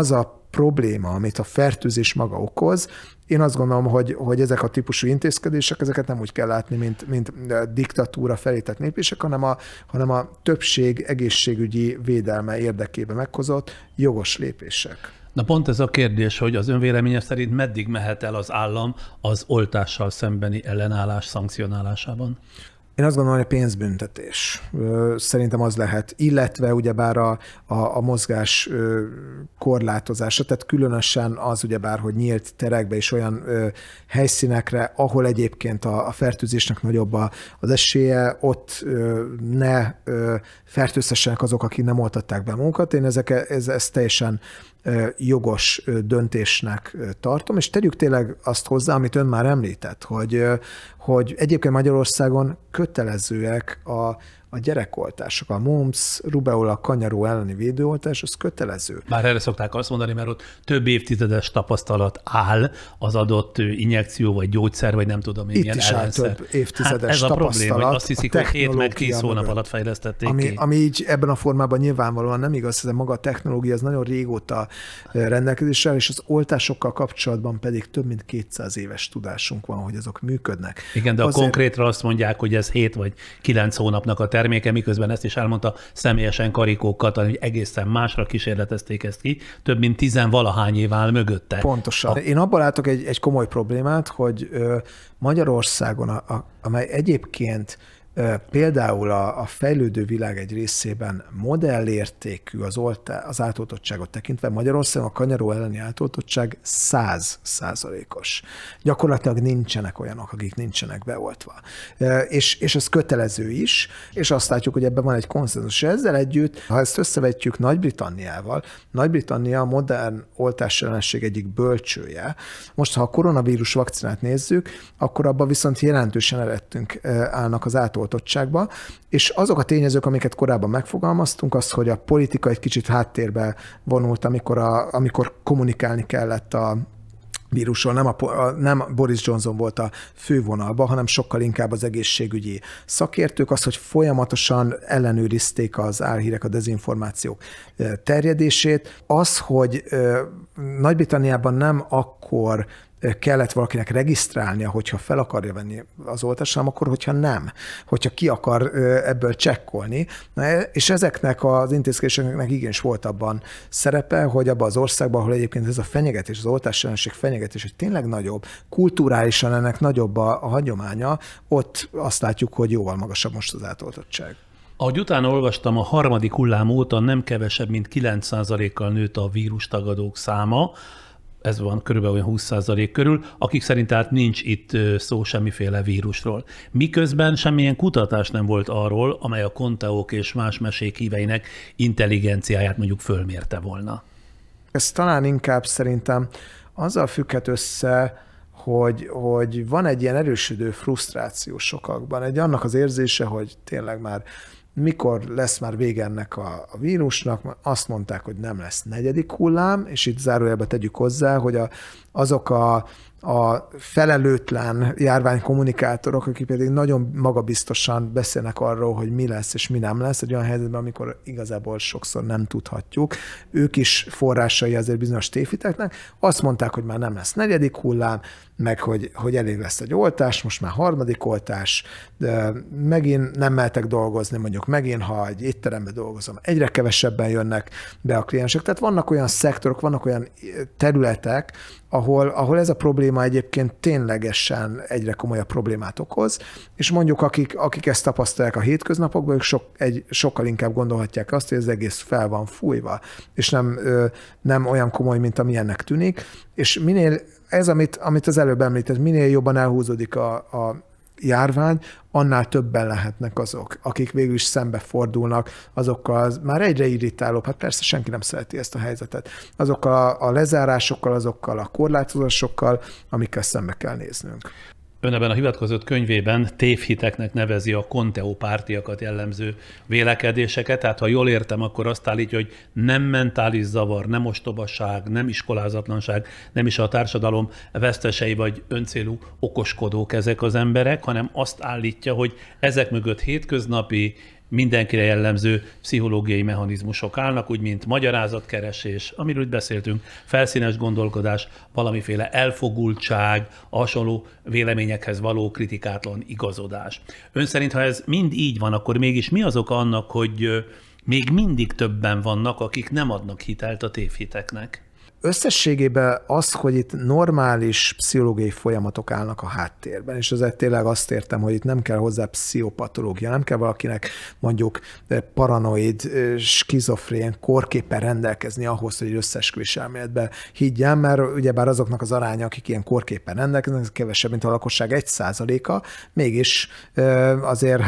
probléma, amit a fertőzés maga okoz, én azt gondolom, hogy ezek a típusú intézkedések, ezeket nem úgy kell látni, mint diktatúra felé tett lépések, hanem a többség egészségügyi védelme érdekében meghozott jogos lépések. Na pont ez a kérdés, hogy az ön véleménye szerint meddig mehet el az állam az oltással szembeni ellenállás szankcionálásában? Én azt gondolom, hogy a pénzbüntetés. Szerintem az lehet, illetve ugyebár a mozgás korlátozása, tehát különösen az ugyebár, hogy nyílt terekbe és olyan helyszínekre, ahol egyébként a fertőzésnek nagyobb az esélye, ott ne fertőzhessenek azok, akik nem oltatták be magukat. Én ez teljesen jogos döntésnek tartom, és tegyük tényleg azt hozzá, amit ön már említett, hogy egyébként Magyarországon kötelezőek a gyerekoltások, a mumps, rubeola, kanyaró elleni védőoltás, az kötelező. Bár erre szokták azt mondani, mert ott több évtizedes tapasztalat áll az adott injekció, vagy gyógyszer, vagy nem tudom én, milyen ellenszer. Több évtizedes ez tapasztalat. a probléma, hogy azt hiszik, hogy 7 meg 10 hónap alatt fejlesztették ki. Ami így ebben a formában nyilvánvalóan nem igaz, ez a maga a technológia, ez nagyon régóta rendelkezésre, és az oltásokkal kapcsolatban pedig több mint 200 éves tudásunk van, hogy azok működnek. Igen, de konkrétra azt mondják, hogy ez 7 vagy 9 hónapnak a terméke, miközben ezt is elmondta személyesen Karikó Katalin, hogy egészen másra kísérletezték ezt ki, több mint 10-valahány év áll mögötte. Pontosan. Én abban látok egy komoly problémát, hogy Magyarországon, amely egyébként például a fejlődő világ egy részében modellértékű az átoltottságot tekintve, Magyarországon a kanyaró elleni átoltottság 100%-os. Gyakorlatilag nincsenek olyanok, akik nincsenek beoltva. És ez kötelező is, és azt látjuk, hogy ebben van egy konszenzus. Ezzel együtt, ha ezt összevetjük Nagy-Britanniával, Nagy-Britannia a modern oltásellenesség egyik bölcsője. Most, ha a koronavírus vakcinát nézzük, akkor abban viszont jelentősen eredtünk állnak az átoltottságba, és azok a tényezők, amiket korábban megfogalmaztunk, az, hogy a politika egy kicsit háttérbe vonult, amikor kommunikálni kellett a vírusról, nem Boris Johnson volt a fővonalban, hanem sokkal inkább az egészségügyi szakértők, az, hogy folyamatosan ellenőrizték az álhírek, a dezinformációk terjedését, az, hogy Nagy-Britanniában nem akkor kellett valakinek regisztrálnia, hogyha fel akarja venni az oltást, hanem akkor, hogyha nem, hogyha ki akar ebből csekkolni. És ezeknek az intézkedéseknek igenis volt abban szerepe, hogy abban az országban, ahol egyébként ez a fenyegetés, az oltásellenesség fenyegetés, hogy tényleg nagyobb, kulturálisan ennek nagyobb a hagyománya, ott azt látjuk, hogy jóval magasabb most az átoltottság. Ahogy utána olvastam, a harmadik hullám óta nem kevesebb, mint 9%-kal nőtt a vírustagadók száma, ez van körülbelül olyan 20% körül, akik szerint tehát nincs itt szó semmiféle vírusról. Miközben semmilyen kutatás nem volt arról, amely a konteók és más mesék híveinek intelligenciáját mondjuk fölmérte volna. Ez talán inkább szerintem azzal függhet össze, hogy van egy ilyen erősödő frusztráció sokakban, annak az érzése, hogy tényleg már mikor lesz már vége ennek a vírusnak, azt mondták, hogy nem lesz negyedik hullám, és itt zárójelbe tegyük hozzá, hogy azok a felelőtlen járványkommunikátorok, akik pedig nagyon magabiztosan beszélnek arról, hogy mi lesz és mi nem lesz, egy olyan helyzetben, amikor igazából sokszor nem tudhatjuk. Ők is forrásai azért bizonyos tévhiteknek. Azt mondták, hogy már nem lesz negyedik hullám, meg hogy elég lesz egy oltás, most már harmadik oltás, de megint nem mehetek dolgozni, mondjuk megint, ha egy étteremben dolgozom, egyre kevesebben jönnek be a kliensek. Tehát vannak olyan szektorok, vannak olyan területek, ahol ez a probléma egyébként ténylegesen egyre komolyabb problémát okoz, és mondjuk akik ezt tapasztalják a hétköznapokban, ők sokkal inkább gondolhatják azt, hogy az egész fel van fújva, és nem olyan komoly, mint amilyennek tűnik, és minél ez, amit az előbb említett, minél jobban elhúzódik a járvány, annál többen lehetnek azok, akik végül is szembefordulnak azokkal, már egyre irritálóbb, hát persze senki nem szereti ezt a helyzetet, azokkal a lezárásokkal, azokkal a korlátozásokkal, amikkel szembe kell néznünk. Ön ebben a hivatkozott könyvében tévhiteknek nevezi a konteopártiakat jellemző vélekedéseket, tehát ha jól értem, akkor azt állítja, hogy nem mentális zavar, nem ostobaság, nem iskolázatlanság, nem is a társadalom vesztesei vagy öncélú okoskodók ezek az emberek, hanem azt állítja, hogy ezek mögött hétköznapi mindenkire jellemző pszichológiai mechanizmusok állnak, úgy mint magyarázatkeresés, amiről úgy beszéltünk, felszínes gondolkodás, valamiféle elfogultság, a hasonló véleményekhez való kritikátlan igazodás. Ön szerint, ha ez mind így van, akkor mégis mi az oka annak, hogy még mindig többen vannak, akik nem adnak hitelt a tévhiteknek? Összességében az, hogy itt normális pszichológiai folyamatok állnak a háttérben, és ezért tényleg azt értem, hogy itt nem kell hozzá pszichopatológia, nem kell valakinek mondjuk paranoid, skizofrén kórképpen rendelkezni ahhoz, hogy összeesküvés elméletbe higgyen, mert ugyebár azoknak az aránya, akik ilyen kórképpen rendelkeznek, kevesebb, mint a lakosság 1%-a, mégis azért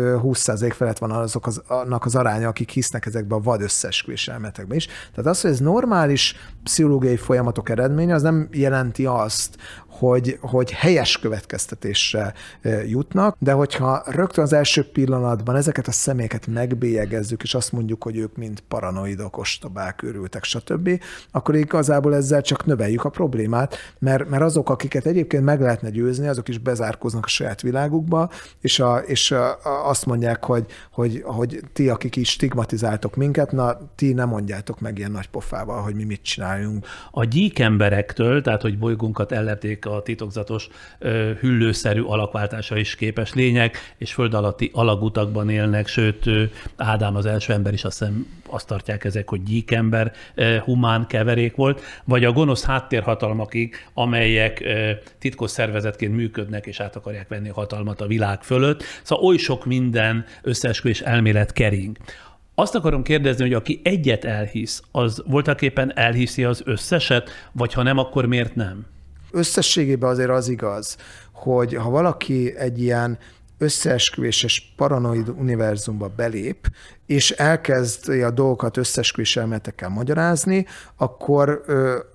20% felett van azoknak az aránya, akik hisznek ezekbe a vad összeesküvés elméletekben is. Tehát az, hogy ez normális pszichológiai folyamatok eredménye, az nem jelenti azt, hogy helyes következtetésre jutnak, de hogyha rögtön az első pillanatban ezeket a személyeket megbélyegezzük, és azt mondjuk, hogy ők mind paranoidok, ostobák, őrültek, stb., akkor igazából ezzel csak növeljük a problémát, mert azok, akiket egyébként meg lehetne győzni, azok is bezárkóznak a saját világukba, és azt mondják, hogy ti, akik is stigmatizáltok minket, na, ti nem mondjátok meg ilyen nagy pofával, hogy mi mit csináljunk. A gyík emberektől, tehát hogy bolygónkat ellepték a titokzatos hüllőszerű alakváltásra is képes lények, és föld alatti alagutakban élnek, sőt, Ádám az első ember is, azt tartják ezek, hogy gyíkember, humán keverék volt, vagy a gonosz háttérhatalmakig, amelyek titkos szervezetként működnek, és át akarják venni a hatalmat a világ fölött. Szóval oly sok minden összeesküvés elmélet kering. Azt akarom kérdezni, hogy aki egyet elhisz, az voltaképpen elhiszi az összeset, vagy ha nem, akkor miért nem? Összességében azért az igaz, hogy ha valaki egy ilyen összeesküvéses paranoid univerzumba belép, és elkezdi a dolgokat összeesküvés elméletekkel magyarázni, akkor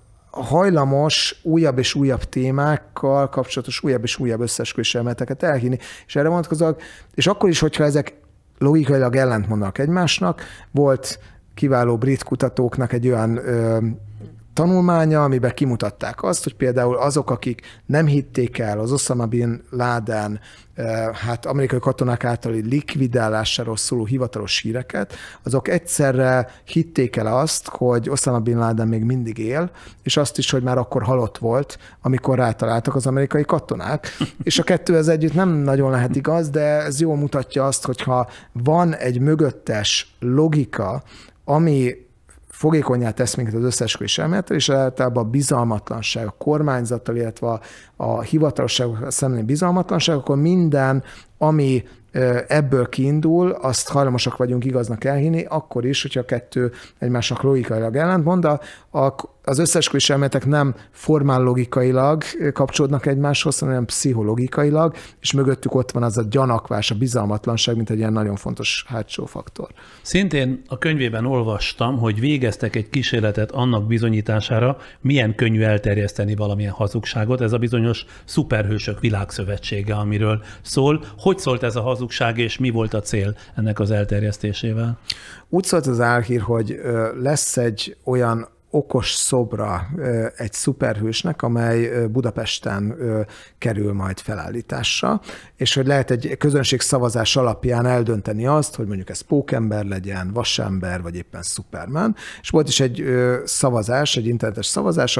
hajlamos újabb és újabb témákkal kapcsolatos újabb és újabb összeesküvés elméleteket elhinni. És erre vonatkozóan, és akkor is, hogyha ezek logikailag ellentmondanak egymásnak, volt kiváló brit kutatóknak egy olyan tanulmánya, amiben kimutatták azt, hogy például azok, akik nem hitték el az Osama Bin Laden amerikai katonák általi likvidálásáról szóló hivatalos híreket, azok egyszerre hitték el azt, hogy Osama Bin Laden még mindig él, és azt is, hogy már akkor halott volt, amikor rátaláltak az amerikai katonák. És a kettő ez együtt nem nagyon lehet igaz, de ez jól mutatja azt, hogyha van egy mögöttes logika, ami fogékonnyá tesz minket az összeesküvés elmélettel, és általában a bizalmatlanság, a kormányzattal, illetve a hivatalosságok szembeni bizalmatlanság, akkor minden, ami ebből kiindul, azt hajlamosak vagyunk igaznak elhinni, akkor is, hogyha a kettő egymásnak logikailag ellentmond, de az összeesküvés elméletek nem formál logikailag kapcsolódnak egymáshoz, hanem pszichologikailag, és mögöttük ott van az a gyanakvás, a bizalmatlanság, mint egy ilyen nagyon fontos hátsó faktor. Szintén a könyvében olvastam, hogy végeztek egy kísérletet annak bizonyítására, milyen könnyű elterjeszteni valamilyen hazugságot. Ez a bizonyos szuperhősök világszövetsége, amiről szól. Hogy szólt ez a hazugság, és mi volt a cél ennek az elterjesztésével? Úgy szólt az álhír, hogy lesz egy olyan okos szobra egy szuperhősnek, amely Budapesten kerül majd felállításra, és hogy lehet egy közönség szavazás alapján eldönteni azt, hogy mondjuk ez pókember legyen, vasember, vagy éppen Superman. És volt is egy szavazás, egy internetes szavazás,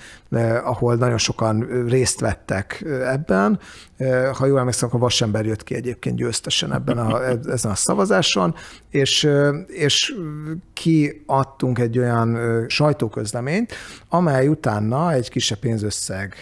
ahol nagyon sokan részt vettek ebben. Ha jól emlékszem, akkor vasember jött ki egyébként győztesen ezen a szavazáson, és kiadtunk egy olyan sajtóközleményt, amely utána egy kisebb pénzösszeg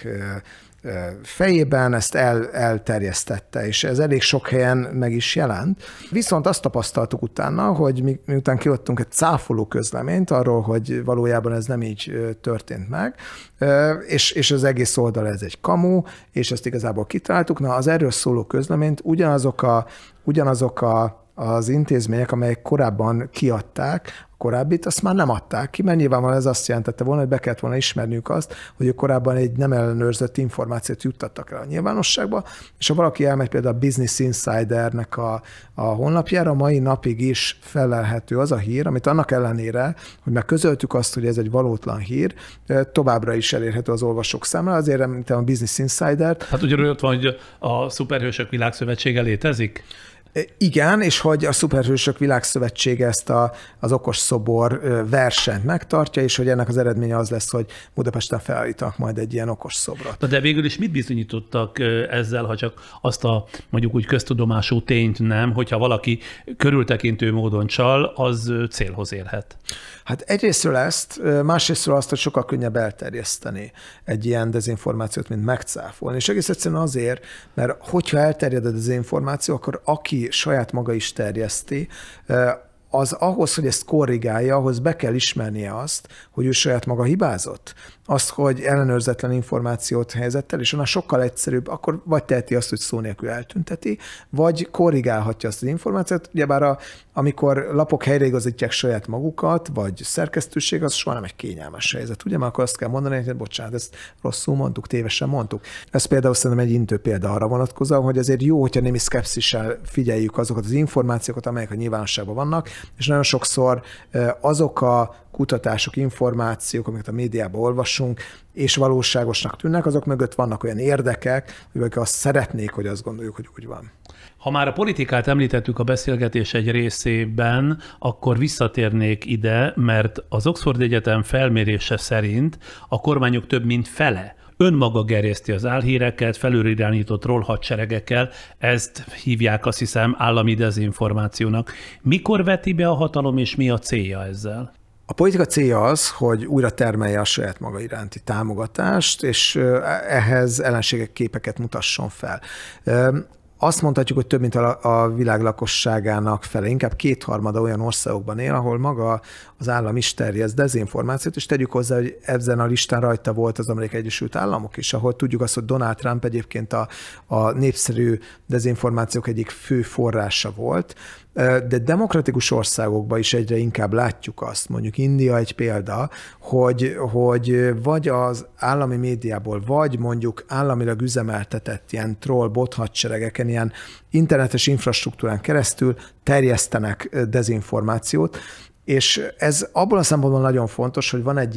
fejében ezt elterjesztette, és ez elég sok helyen meg is jelent. Viszont azt tapasztaltuk utána, hogy miután kiadtunk egy cáfoló közleményt arról, hogy valójában ez nem így történt meg, és az egész oldal ez egy kamu, és ezt igazából kitaláltuk. Na, az erről szóló közleményt ugyanazok az intézmények, amelyek korábban kiadták, korábbit, azt már nem adták ki, mert nyilvánvalóan ez azt jelentette volna, hogy be kellett volna ismerniük azt, hogy ők korábban egy nem ellenőrzött információt juttattak el a nyilvánosságba, és ha valaki elmegy például a Business Insidernek a honlapjára, mai napig is felelhető az a hír, amit annak ellenére, hogy már közöltük azt, hogy ez egy valótlan hír, továbbra is elérhető az olvasók számára, azért említem a Business Insidert. Hát ugyanúgy ott van, hogy a Szuperhősök Világszövetsége létezik? Igen, és hogy a Szuperhősök Világszövetsége ezt az okos szobor versenyt megtartja, és hogy ennek az eredménye az lesz, hogy Budapesten felállítanak majd egy ilyen okos szobrot. De végül is mit bizonyítottak ezzel, ha csak azt a mondjuk úgy köztudomású tényt nem, hogyha valaki körültekintő módon csal, az célhoz érhet? Hát egyrésztről ezt, másrésztről azt, hogy sokkal könnyebb elterjeszteni egy ilyen dezinformációt, mint megcáfolni. És egész egyszerűen azért, mert hogyha elterjed a dezinformáció, akkor aki saját maga is terjeszti, az ahhoz, hogy ezt korrigálja, ahhoz be kell ismernie azt, hogy ő saját maga hibázott. Azt, hogy ellenőrzetlen információt helyezett el, és annál sokkal egyszerűbb, akkor vagy teheti azt, hogy szó nélkül eltünteti, vagy korrigálhatja azt az információt. Ugyebár amikor lapok helyreigazítják saját magukat, vagy szerkesztőség, az soha nem egy kényelmes helyzet. Ugye, már akkor azt kell mondani, hogy bocsánat, ezt rosszul mondtuk, tévesen mondtuk. Ez például szerintem egy intő példa arra vonatkozóan, hogy azért jó, hogyha némi szkepszissel figyeljük azokat az információkat, amelyek a nyilvánosságban vannak, és nagyon sokszor azok a kutatások, információk, amiket a médiában olvasunk, és valóságosnak tűnnek, azok mögött vannak olyan érdekek, hogy azt szeretnék, hogy azt gondoljuk, hogy úgy van. Ha már a politikát említettük a beszélgetés egy részében, akkor visszatérnék ide, mert az Oxford Egyetem felmérése szerint a kormányok több mint fele önmaga gerjeszti az álhíreket, felülirányított trollhadseregekkel, ezt hívják azt hiszem állami dezinformációnak. Mikor veti be a hatalom, és mi a célja ezzel? A politika célja az, hogy újra termelje a saját maga iránti támogatást, és ehhez ellenségek képeket mutasson fel. Azt mondhatjuk, hogy több mint a világ lakosságának fele, inkább 2/3 olyan országokban él, ahol maga az állam is terjeszt dezinformációt, és tegyük hozzá, hogy ezen a listán rajta volt az Amerikai Egyesült Államok is, ahol tudjuk azt, hogy Donald Trump egyébként a népszerű dezinformációk egyik fő forrása volt, de demokratikus országokban is egyre inkább látjuk azt, mondjuk India egy példa, hogy vagy az állami médiából, vagy mondjuk államilag üzemeltetett ilyen troll bot hadseregeken, ilyen internetes infrastruktúrán keresztül terjesztenek dezinformációt, és ez abból a szempontból nagyon fontos, hogy van egy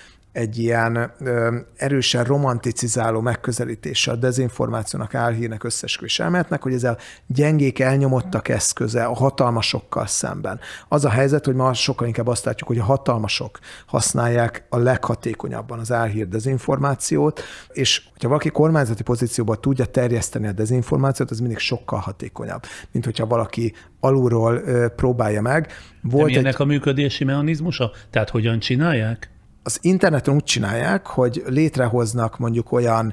ilyen erősen romanticizáló megközelítése a dezinformációnak, álhírnek, összeesküvés elméletnek, hogy ezzel gyengék, elnyomottak eszköze a hatalmasokkal szemben. Az a helyzet, hogy ma sokkal inkább azt látjuk, hogy a hatalmasok használják a leghatékonyabban az álhír dezinformációt, és hogyha valaki kormányzati pozícióban tudja terjeszteni a dezinformációt, az mindig sokkal hatékonyabb, mint hogyha valaki alulról próbálja meg. De mi ennek a működési mechanizmusa? Tehát hogyan csinálják? Az interneten úgy csinálják, hogy létrehoznak mondjuk olyan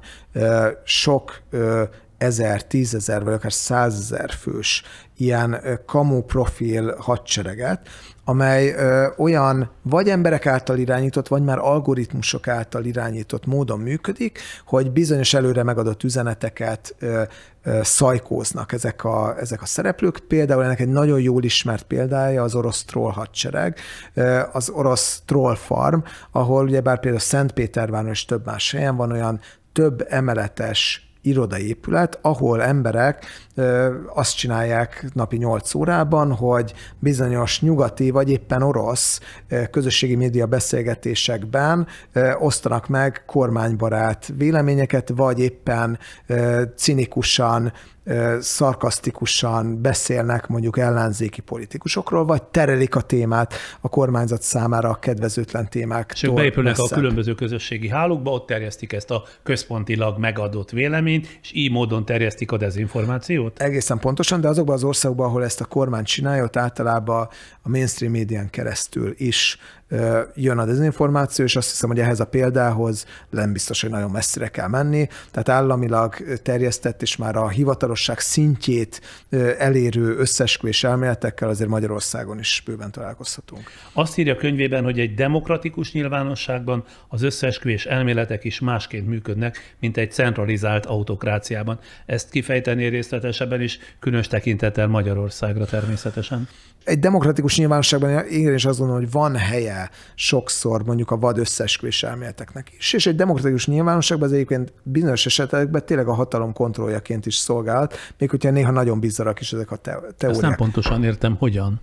sok 1000, 10 000 vagy akár 100 000 fős ilyen kamu profil hadsereget, amely olyan vagy emberek által irányított, vagy már algoritmusok által irányított módon működik, hogy bizonyos előre megadott üzeneteket szajkóznak ezek a szereplők. Például ennek egy nagyon jól ismert példája az orosz troll hadsereg, az orosz troll farm, ahol ugyebár például Szentpéterváron és több más helyen van olyan több emeletes irodai épület, ahol emberek azt csinálják napi 8 órában, hogy bizonyos nyugati vagy éppen orosz közösségi média beszélgetésekben osztanak meg kormánybarát véleményeket, vagy éppen cinikusan, szarkasztikusan beszélnek mondjuk ellenzéki politikusokról, vagy terelik a témát a kormányzat számára a kedvezőtlen témáktól. És ők beépülnek a különböző közösségi hálókba, ott terjesztik ezt a központilag megadott véleményt, és így módon terjesztik a dezinformációt? Egészen pontosan, de azokban az országokban, ahol ezt a kormány csinálja, ott általában a mainstream médián keresztül is jön a dezinformáció, és azt hiszem, hogy ehhez a példához nem biztos, hogy nagyon messzire kell menni. Tehát államilag terjesztett és már a hivatalosság szintjét elérő összeesküvés elméletekkel azért Magyarországon is bőven találkozhatunk. Azt írja a könyvében, hogy egy demokratikus nyilvánosságban az összeesküvés elméletek is másként működnek, mint egy centralizált autokráciában. Ezt kifejteni részletesebben is, különös tekintettel Magyarországra természetesen. Egy demokratikus nyilvánosságban én is azt gondolom, hogy van helye sokszor mondjuk a vad összeesküvés elméleteknek is. És egy demokratikus nyilvánosságban az egyébként bizonyos esetekben tényleg a hatalom kontrolljaként is szolgálhat, még hogyha néha nagyon bizarrak is ezek a teóriák. Ezt nem pontosan értem, hogyan?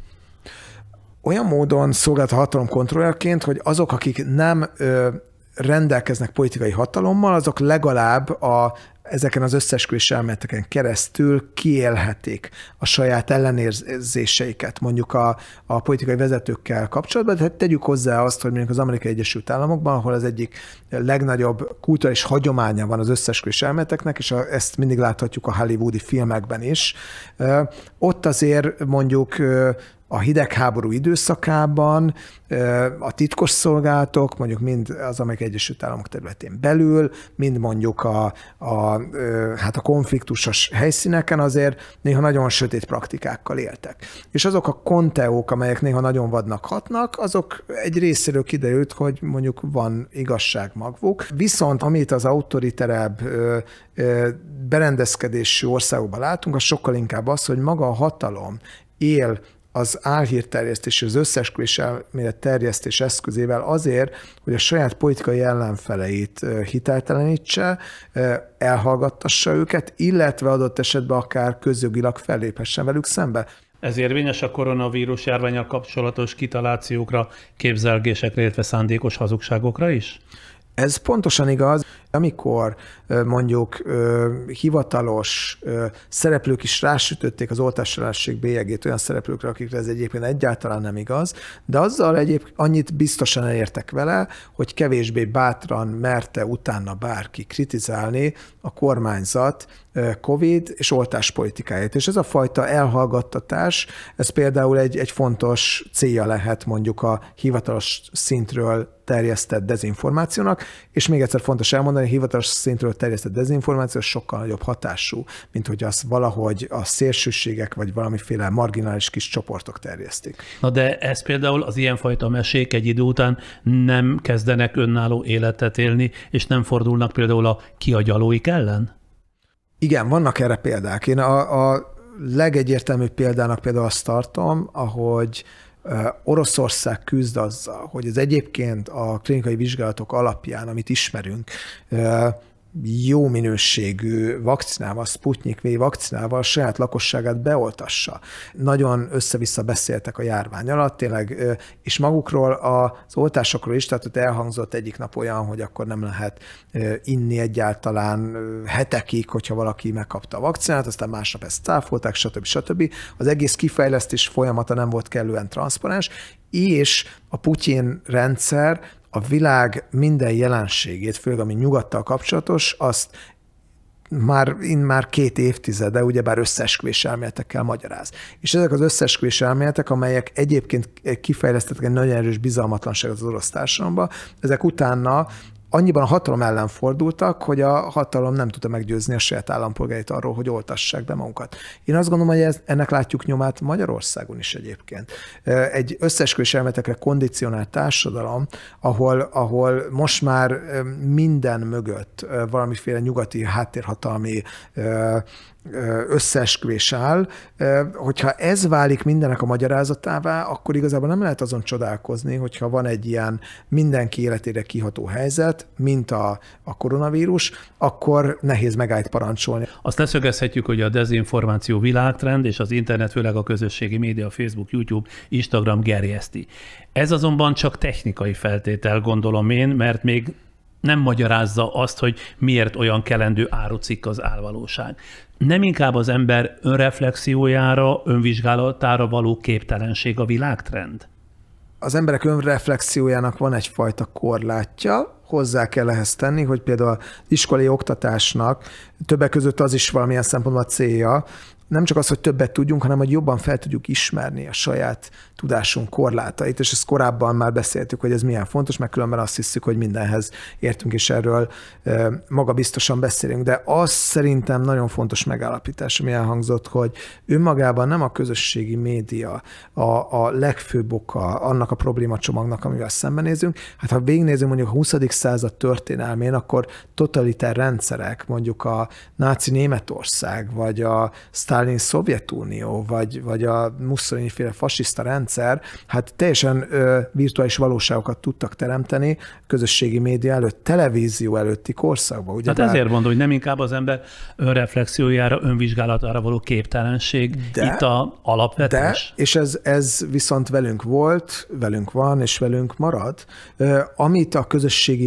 Olyan módon szolgálhat a hatalom kontrolljaként, hogy azok, akik nem rendelkeznek politikai hatalommal, azok legalább ezeken az összeesküvés elméleteken keresztül kiélhetik a saját ellenérzéseiket mondjuk a politikai vezetőkkel kapcsolatban. Tehát tegyük hozzá azt, hogy mondjuk az Amerikai Egyesült Államokban, ahol az egyik legnagyobb kulturális hagyománya van az összeesküvés elméleteknek, és ezt mindig láthatjuk a hollywoodi filmekben is, ott azért mondjuk a hidegháború időszakában a titkosszolgálatok, mondjuk mind az Amerikai Egyesült Államok területén belül, mind mondjuk a konfliktusos helyszíneken azért néha nagyon sötét praktikákkal éltek. És azok a konteók, amelyek néha nagyon vadnak hatnak, azok egy részéről kiderült, hogy mondjuk van igazság magvuk. Viszont amit az autoriterebb berendezkedésű országokban látunk, az sokkal inkább az, hogy maga a hatalom él az álhírterjesztés, az összeesküvés elmélet terjesztés eszközével azért, hogy a saját politikai ellenfeleit hiteltelenítse, elhallgattassa őket, illetve adott esetben akár közjogilag felléphessen velük szembe. Ez érvényes a koronavírus járvánnyal kapcsolatos kitalációkra, képzelgésekre, illetve szándékos hazugságokra is? Ez pontosan igaz, amikor mondjuk hivatalos szereplők is rásütötték az oltásellenesség bélyegét olyan szereplőkre, akikre ez egyébként egyáltalán nem igaz, de azzal annyit biztosan elértek vele, hogy kevésbé bátran merte utána bárki kritizálni a kormányzat COVID és oltáspolitikáját. És ez a fajta elhallgattatás, ez például egy fontos célja lehet mondjuk a hivatalos szintről terjesztett dezinformációnak, és még egyszer fontos elmondani, hogy a hivatalos szintről terjesztett dezinformáció sokkal nagyobb hatású, mint hogy azt valahogy a szélsőségek vagy valamiféle marginális kis csoportok terjesztik. Na de ez például az ilyenfajta mesék egy idő után nem kezdenek önálló életet élni, és nem fordulnak például a kiagyalóik ellen? Igen, vannak erre példák. Én a legegyértelműbb példának például azt tartom, ahogy Oroszország küzd azzal, hogy ez egyébként a klinikai vizsgálatok alapján, amit ismerünk, jó minőségű vakcinával, Sputnik V vakcinával a saját lakosságát beoltassa. Nagyon össze-vissza beszéltek a járvány alatt, tényleg, és magukról az oltásokról is, tehát ott elhangzott egyik nap olyan, hogy akkor nem lehet inni egyáltalán hetekig, hogyha valaki megkapta a vakcinát, aztán másnap ezt cáfolták, stb. Az egész kifejlesztés folyamata nem volt kellően transzparens, és a Putyin rendszer a világ minden jelenségét, főleg ami nyugattal kapcsolatos, azt már 2 évtizede ugyebár összeesküvés elméletekkel magyaráz. És ezek az összeesküvés elméletek, amelyek egyébként kifejlesztettek egy nagyon erős bizalmatlanságot az orosz társadalomba, ezek utána annyiban a hatalom ellen fordultak, hogy a hatalom nem tudta meggyőzni a saját állampolgárait arról, hogy oltassák be magukat. Én azt gondolom, hogy ennek látjuk nyomát Magyarországon is egyébként. Egy összeesküvés elméletekre kondicionált társadalom, ahol most már minden mögött valamiféle nyugati háttérhatalmi összeesküvés áll, hogyha ez válik mindennek a magyarázatává, akkor igazából nem lehet azon csodálkozni, hogyha van egy ilyen mindenki életére kiható helyzet, mint a koronavírus, akkor nehéz megállt parancsolni. Azt leszögezhetjük, hogy a dezinformáció világtrend, és az internet, főleg a közösségi média, Facebook, YouTube, Instagram gerjeszti. Ez azonban csak technikai feltétel, gondolom én, mert még nem magyarázza azt, hogy miért olyan kelendő árucikk az álvalóság. Nem inkább az ember önreflexiójára, önvizsgálatára való képtelenség a világtrend? Az emberek önreflexiójának van egyfajta korlátja, hozzá kell ehhez tenni, hogy például az iskolai oktatásnak többek között az is valamilyen szempontból a célja, nem csak az, hogy többet tudjunk, hanem hogy jobban fel tudjuk ismerni a saját tudásunk korlátait, és ezt korábban már beszéltük, hogy ez milyen fontos, meg különben azt hiszük, hogy mindenhez értünk, és erről magabiztosan beszélünk. De az szerintem nagyon fontos megállapítás, ami elhangzott, hogy önmagában nem a közösségi média a legfőbb oka annak a problémacsomagnak, amivel szembenézünk. Hát ha végignézünk mondjuk a 20. század történelmén, akkor totalitár rendszerek, mondjuk a náci Németország, vagy a Sztálin Szovjetunió, vagy a Mussolini-féle fasiszta rendszer, hát teljesen virtuális valóságokat tudtak teremteni közösségi média előtt, televízió előtti korszakban. Hát ezért mondom, hogy nem inkább az ember önreflexiójára, önvizsgálatára való képtelenség itt a alapvetés. És ez viszont velünk volt, velünk van, és velünk marad. Amit a közösségi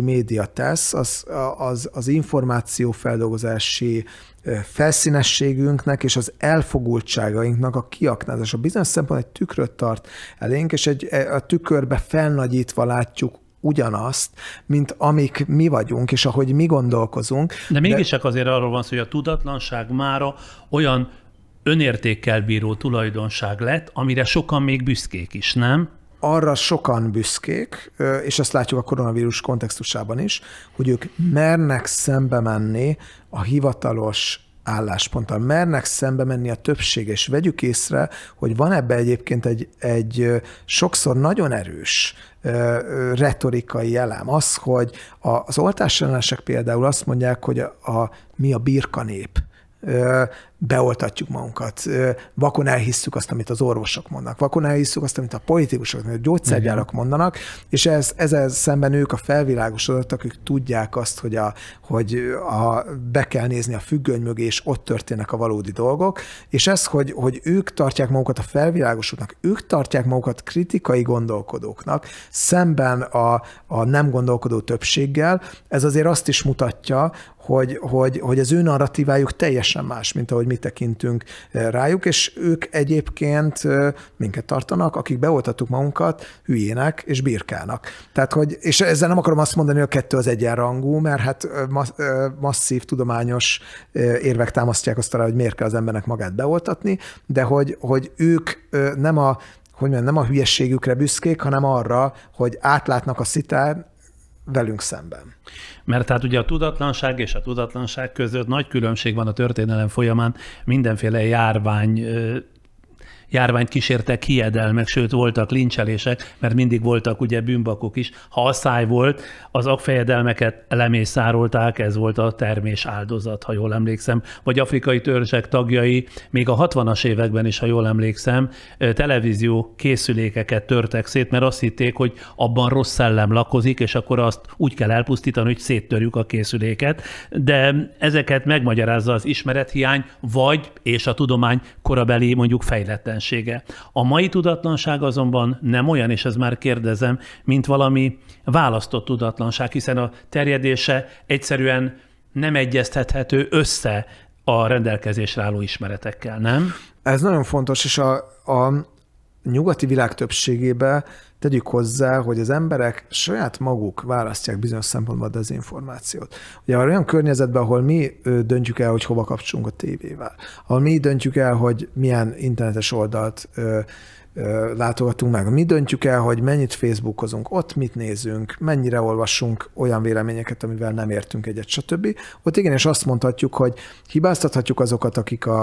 média tesz, az információfeldolgozási felszínességünknek és az elfogultságainknak a kiaknázása. Bizonyos szempontból egy tükröt tart elénk, és a tükörbe felnagyítva látjuk ugyanazt, mint amik mi vagyunk, és ahogy mi gondolkozunk. De mégis csak azért arról van szó, hogy a tudatlanság mára olyan önértékkel bíró tulajdonság lett, amire sokan még büszkék is, nem? Arra sokan büszkék, és ezt látjuk a koronavírus kontextusában is, hogy ők mernek szembe menni a hivatalos állásponttal, mernek szembe menni a többség, és vegyük észre, hogy van ebbe egyébként egy sokszor nagyon erős retorikai elem. Az, hogy az oltásellenesek például azt mondják, hogy mi a birkanép, beoltatjuk magunkat, vakon elhisszük azt, amit az orvosok mondanak, vakon elhisszük azt, amit a politikusok, amit a gyógyszergyárak mondanak, és ezzel szemben ők a felvilágosodottak, ők tudják azt, hogy be kell nézni a függöny mögé, és ott történnek a valódi dolgok, és ez, hogy ők tartják magukat a felvilágosodnak, ők tartják magukat kritikai gondolkodóknak, szemben a nem gondolkodó többséggel, ez azért azt is mutatja, hogy az ő narratívájuk teljesen más, mint ahogy mi tekintünk rájuk, és ők egyébként minket tartanak, akik beoltattuk magunkat, hülyének és birkának. Tehát, és ezzel nem akarom azt mondani, hogy a kettő az egyenrangú, mert hát masszív tudományos érvek támasztják azt arra, hogy miért kell az embernek magát beoltatni, de hogy ők nem a hülyességükre büszkék, hanem arra, hogy átlátnak a szitán velünk szemben. Mert hát ugye a tudatlanság és a tudatlanság között nagy különbség van a történelem folyamán, mindenféle járványt kísértek hiedelmek, sőt voltak lincselések, mert mindig voltak ugye bűnbakok is. Ha asszály volt, az agfejedelmeket lemészárolták, ez volt a termés áldozat, ha jól emlékszem. Vagy afrikai törzsek tagjai még a 60-as években is, ha jól emlékszem, televízió készülékeket törtek szét, mert azt hitték, hogy abban rossz szellem lakozik, és akkor azt úgy kell elpusztítani, hogy széttörjük a készüléket. De ezeket megmagyarázza az ismerethiány, és a tudomány korabeli mondjuk fejletten. A mai tudatlanság azonban nem olyan, és ez már kérdezem, mint valami választott tudatlanság, hiszen a terjedése egyszerűen nem egyeztethető össze a rendelkezésre álló ismeretekkel, nem? Ez nagyon fontos, és a nyugati világ többségében tegyük hozzá, hogy az emberek saját maguk választják bizonyos szempontból a dezinformációt. Ugye olyan környezetben, ahol mi döntjük el, hogy hova kapcsolunk a tévével, ahol mi döntjük el, hogy milyen internetes oldalt látogatunk meg, mi döntjük el, hogy mennyit Facebookozunk, ott mit nézünk, mennyire olvasunk olyan véleményeket, amivel nem értünk egyet, stb. Ott igenis azt mondhatjuk, hogy hibáztathatjuk azokat,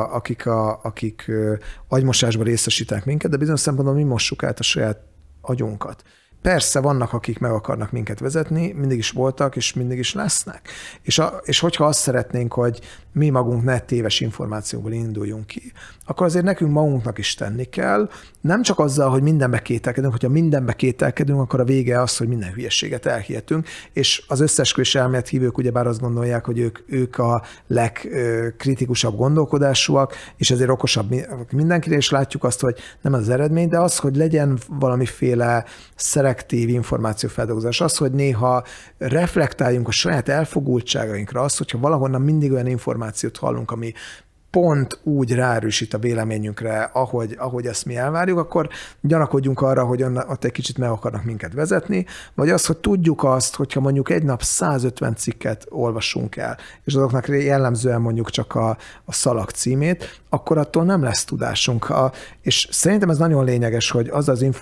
akik agymosásban részesítenek minket, de bizonyos szempontból mi mossuk át a saját agyunkat. Persze vannak, akik meg akarnak minket vezetni, mindig is voltak, és mindig is lesznek. És hogyha azt szeretnénk, hogy mi magunk ne téves információból induljunk ki, akkor azért nekünk magunknak is tenni kell, nem csak azzal, hogy mindenbe kételkedünk, hogyha mindenbe kételkedünk, akkor a vége az, hogy minden hülyeséget elhihetünk, és az összeesküvés elmélet hívők ugyebár azt gondolják, hogy ők a legkritikusabb gondolkodásúak, és ezért okosabb mindenkire, és látjuk azt, hogy nem az eredmény, de az, hogy legyen valamiféle szelektív információfeldolgozás, az, hogy néha reflektáljunk a saját elfogultságainkra, az, hogyha valahonnan mindig olyan információt hallunk, ami pont úgy ráerősít a véleményünkre, ahogy ezt mi elvárjuk, akkor gyanakodjunk arra, hogy ott egy kicsit meg akarnak minket vezetni, vagy az, hogy tudjuk azt, hogyha mondjuk egy nap 150 cikket olvasunk el, és azoknak jellemzően mondjuk csak a szalag címét, akkor attól nem lesz tudásunk. És szerintem ez nagyon lényeges, hogy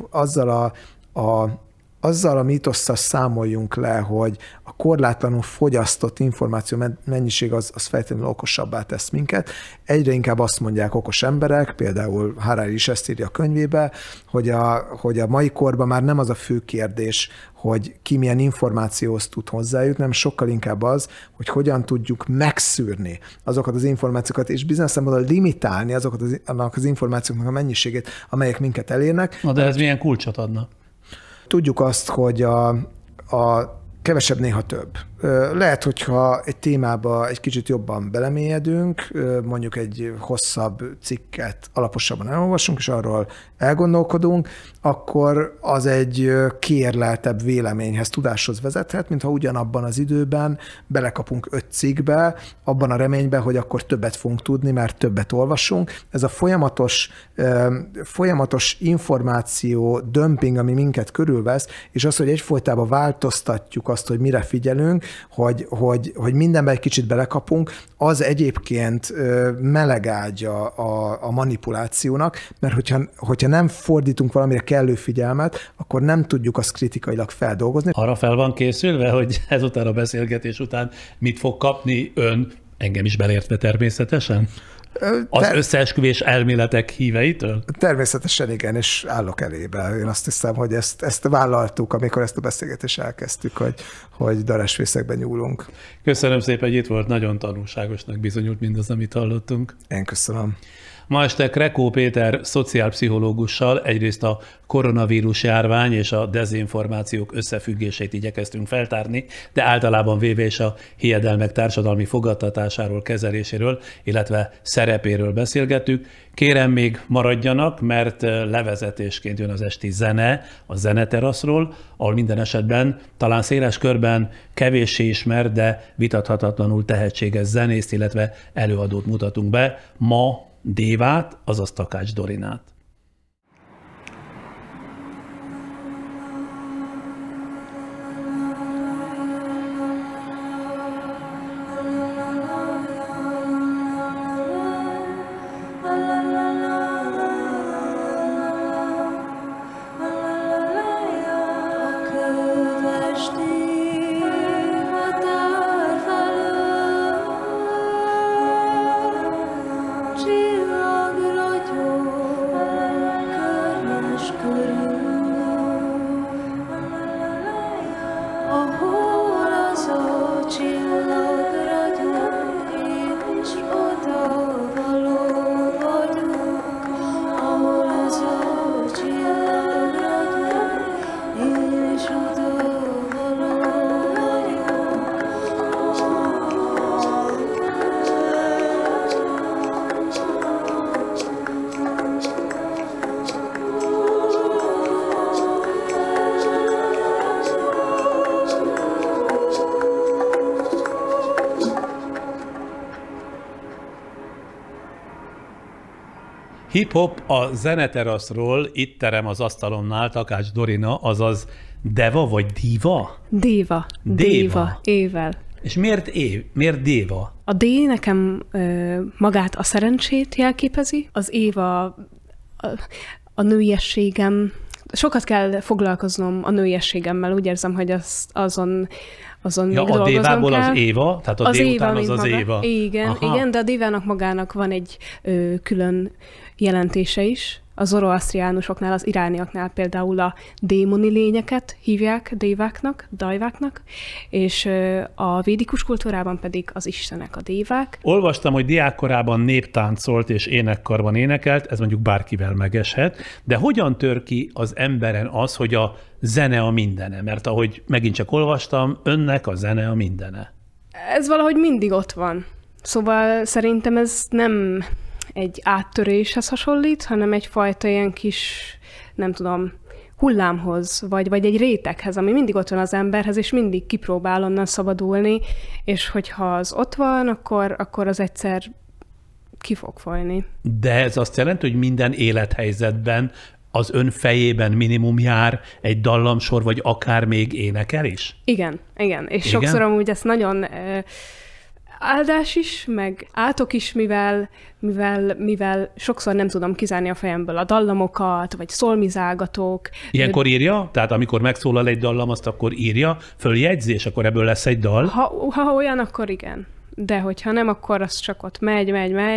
azzal a mítosszal számoljunk le, hogy a korlátlanul fogyasztott információ mennyiség az feltétlenül okosabbá tesz minket. Egyre inkább azt mondják okos emberek, például Harari is ezt írja a könyvébe, hogy a mai korban már nem az a fő kérdés, hogy ki milyen információhoz tud hozzájutni, nem sokkal inkább az, hogy hogyan tudjuk megszűrni azokat az információkat, és bizonyos szempontból limitálni azokat az információknak a mennyiségét, amelyek minket elérnek. Na de ez milyen kulcsot adna? Tudjuk azt, hogy a kevesebb néha több. Lehet, hogyha egy témába egy kicsit jobban belemélyedünk, mondjuk egy hosszabb cikket alaposabban elolvasunk, és arról elgondolkodunk, akkor az egy kiérleltebb véleményhez, tudáshoz vezethet, mintha ugyanabban az időben belekapunk 5 cikkbe, abban a reményben, hogy akkor többet fogunk tudni, mert többet olvasunk. Ez a folyamatos információ dömping, ami minket körülvesz, és az, hogy egyfolytában változtatjuk azt, hogy mire figyelünk, hogy mindenbe egy kicsit belekapunk, az egyébként melegágya a manipulációnak, mert hogyha nem fordítunk valamire kellő figyelmet, akkor nem tudjuk azt kritikailag feldolgozni. Arra fel van készülve, hogy ezután a beszélgetés után mit fog kapni ön, engem is belértve természetesen? Az összeesküvés elméletek híveitől? Természetesen igen, és állok elébe. Én azt hiszem, hogy ezt vállaltuk, amikor ezt a beszélgetést elkezdtük, hogy darásfészekben nyúlunk. Köszönöm szépen, hogy itt volt, nagyon tanulságosnak bizonyult mindaz, amit hallottunk. Én köszönöm. Ma este Krekó Péter szociálpszichológussal egyrészt a koronavírus járvány és a dezinformációk összefüggését igyekeztünk feltárni, de általában véve is a hiedelmek társadalmi fogadtatásáról, kezeléséről, illetve szerepéről beszélgettük. Kérem, még maradjanak, mert levezetésként jön az esti zene a Zeneteraszról, ahol minden esetben talán széles körben kevéssé ismert, de vitathatatlanul tehetséges zenészt, illetve előadót mutatunk be. Ma Dévát, azaz Takács Dorinát. Hip-hop a Zeneteraszról, itt terem az asztalomnál Takács Dorina, azaz Deva vagy Diva? Déva. Déva. Ével. És miért Déva? A D nekem magát a szerencsét jelképezi, az Éva a nőiességem. Sokat kell foglalkoznom a nőiességemmel, úgy érzem, hogy azon ja, a Dévából kell. Az Éva, tehát a D után az maga. Éva. Igen, de a Dévának magának van egy külön jelentése is. A zoroasztriánusoknál, az irániaknál például a démoni lényeket hívják déváknak, dajváknak, és a védikus kultúrában pedig az istenek, a dévák. Olvastam, hogy diákkorában néptáncolt és énekkarban énekelt, ez mondjuk bárkivel megeshet, de hogyan tör ki az emberen az, hogy a zene a mindene? Mert ahogy megint csak olvastam, önnek a zene a mindene. Ez valahogy mindig ott van. Szóval szerintem ez nem egy áttöréshez hasonlít, hanem egyfajta ilyen kis, nem tudom, hullámhoz, vagy egy réteghez, ami mindig ott van az emberhez, és mindig kipróbál onnan szabadulni, és hogyha az ott van, akkor az egyszer ki fog folyni. De ez azt jelenti, hogy minden élethelyzetben az ön fejében minimum jár egy dallamsor, vagy akár még énekel is? Igen. És sokszor amúgy ezt nagyon áldás is, meg átok is, mivel sokszor nem tudom kizárni a fejemből a dallamokat, vagy szolmizálgatók. Ilyenkor írja? Tehát amikor megszólal egy dallam, azt akkor írja, följegyzi, és akkor ebből lesz egy dal? Ha olyan, akkor igen. De hogyha nem, akkor az csak ott megy,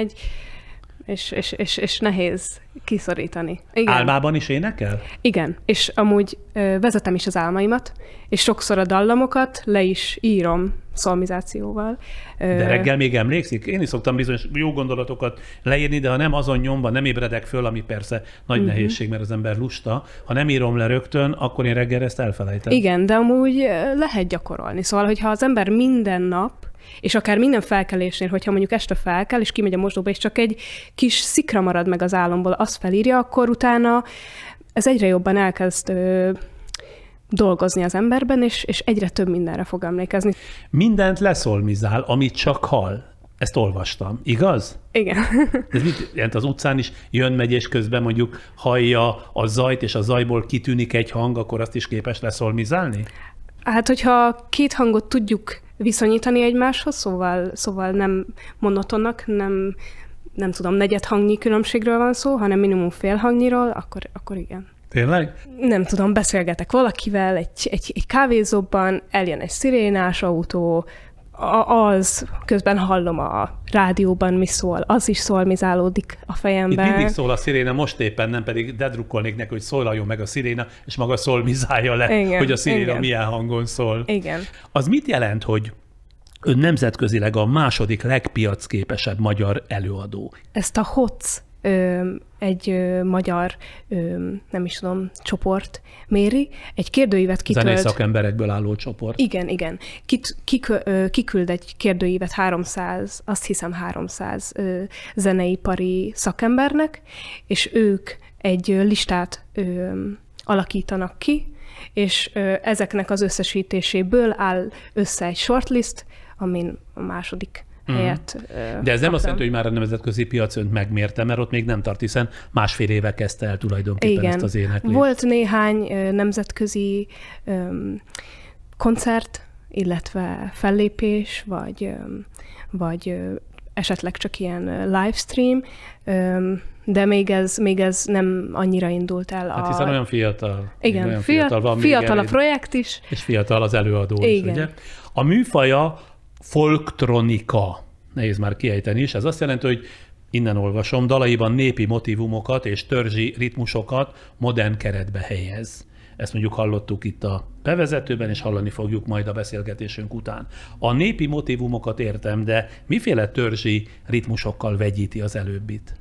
és nehéz kiszorítani. Igen. Álmában is énekel? Igen, és amúgy vezetem is az álmaimat, és sokszor a dallamokat le is írom szolmizációval. De reggel még emlékszik? Én is szoktam bizonyos jó gondolatokat leírni, de ha nem azon nyomban nem ébredek föl, ami persze nagy nehézség, mert az ember lusta, ha nem írom le rögtön, akkor én reggel ezt elfelejtem. Igen, de amúgy lehet gyakorolni. Szóval, hogyha az ember minden nap, és akár minden felkelésnél, hogyha mondjuk este felkel, és kimegy a mosdóba, és csak egy kis szikra marad meg az álomból, azt felírja, akkor utána ez egyre jobban elkezd dolgozni az emberben, és egyre több mindenre fog emlékezni. Mindent leszolmizál, amit csak hall. Ezt olvastam. Igaz? Igen. Ez mit jelent? Az utcán is jön, megy, és közben mondjuk hallja a zajt, és a zajból kitűnik egy hang, akkor azt is képes leszolmizálni? Hát, hogyha két hangot tudjuk viszonyítani egymáshoz, szóval nem monotonnak, nem tudom, negyed hangnyi különbségről van szó, hanem minimum fél hangnyról, akkor igen. Tényleg? Nem tudom, beszélgetek valakivel egy kávézóban, eljön egy szirénás autó, az közben hallom a rádióban, mi szól, az is szolmizálódik a fejemben. Itt mindig szól a sziréna, most éppen nem, pedig dedrukkolnék neki, hogy szólaljon meg a sziréna, és maga szolmizálja le, igen, hogy a sziréna milyen hangon szól. Igen. Az mit jelent, hogy ön nemzetközileg a második legpiacképesebb magyar előadó? Ezt a HOC egy magyar, nem is tudom, csoport méri, egy kérdőívet kitölt. Zenei szakemberekből álló csoport. Igen. Kiküld egy kérdőívet 300, azt hiszem 300 zeneipari szakembernek, és ők egy listát alakítanak ki, és ezeknek az összesítéséből áll össze egy shortlist, amin a második helyet De ez nem azt jelenti, hogy már a nemzetközi piac önt megmérte, mert ott még nem tart, hiszen másfél éve kezdte el tulajdonképpen ezt az éneklést. Volt néhány nemzetközi koncert, illetve fellépés, vagy esetleg csak ilyen livestream, de még ez nem annyira indult el. Hát hiszen olyan fiatal. Igen, olyan fiatal van fiatal a projekt is. És fiatal az előadó is, ugye? A műfaja folktronika, nehéz már kiejteni is, ez azt jelenti, hogy innen olvasom, dalaiban népi motivumokat és törzsi ritmusokat modern keretbe helyez. Ezt mondjuk hallottuk itt a bevezetőben, és hallani fogjuk majd a beszélgetésünk után. A népi motivumokat értem, de miféle törzsi ritmusokkal vegyíti az előbbit?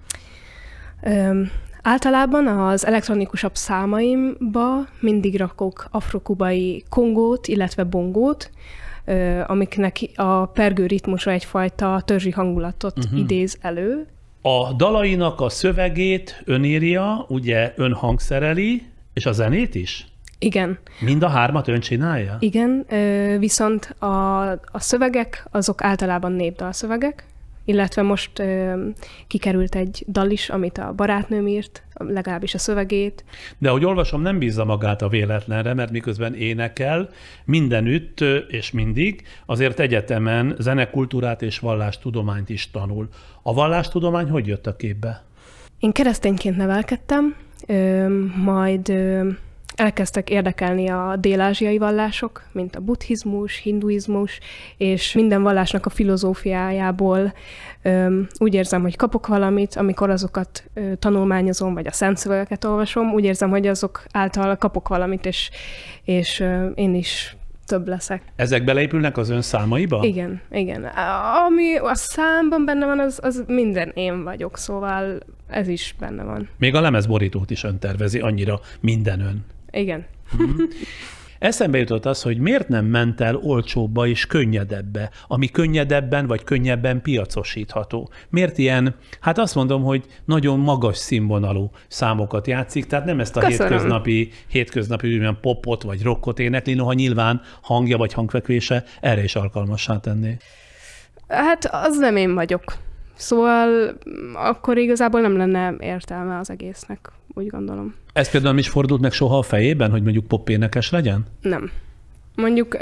Általában az elektronikusabb számaimba mindig rakok afrokubai kongót, illetve bongót, amiknek a pergő ritmusa egyfajta törzsi hangulatot idéz elő. A dalainak a szövegét ön írja, ugye ön hangszereli, és a zenét is? Igen. Mind a hármat ön csinálja? Igen, viszont a szövegek azok általában népdalszövegek, illetve most kikerült egy dal is, amit a barátnőm írt, legalábbis a szövegét. De ahogy olvasom, nem bízza magát a véletlenre, mert miközben énekel, mindenütt és mindig, azért egyetemen zenekultúrát és vallástudományt is tanul. A vallástudomány hogy jött a képbe? Én keresztényként nevelkedtem, majd elkezdtek érdekelni a dél-ázsiai vallások, mint a buddhizmus, hinduizmus, és minden vallásnak a filozófiájából úgy érzem, hogy kapok valamit, amikor azokat tanulmányozom, vagy a szent szövegeket olvasom, úgy érzem, hogy azok által kapok valamit, és én is több leszek. Ezek beleépülnek az ön számaiba? Igen. Ami a számban benne van, az minden én vagyok, szóval ez is benne van. Még a lemezborítót is ön tervezi, annyira minden ön. Igen. Eszembe jutott az, hogy miért nem ment el olcsóbba és könnyedebbe, ami könnyedebben vagy könnyebben piacosítható. Miért ilyen, hát azt mondom, hogy nagyon magas színvonalú számokat játszik, tehát nem ezt a hétköznapi olyan popot vagy rockot énekli, noha nyilván hangja vagy hangfekvése erre is alkalmassá tenné. Hát az nem én vagyok. Szóval akkor igazából nem lenne értelme az egésznek, úgy gondolom. Ez például is fordult meg soha a fejében, hogy mondjuk popénekes legyen? Nem. Mondjuk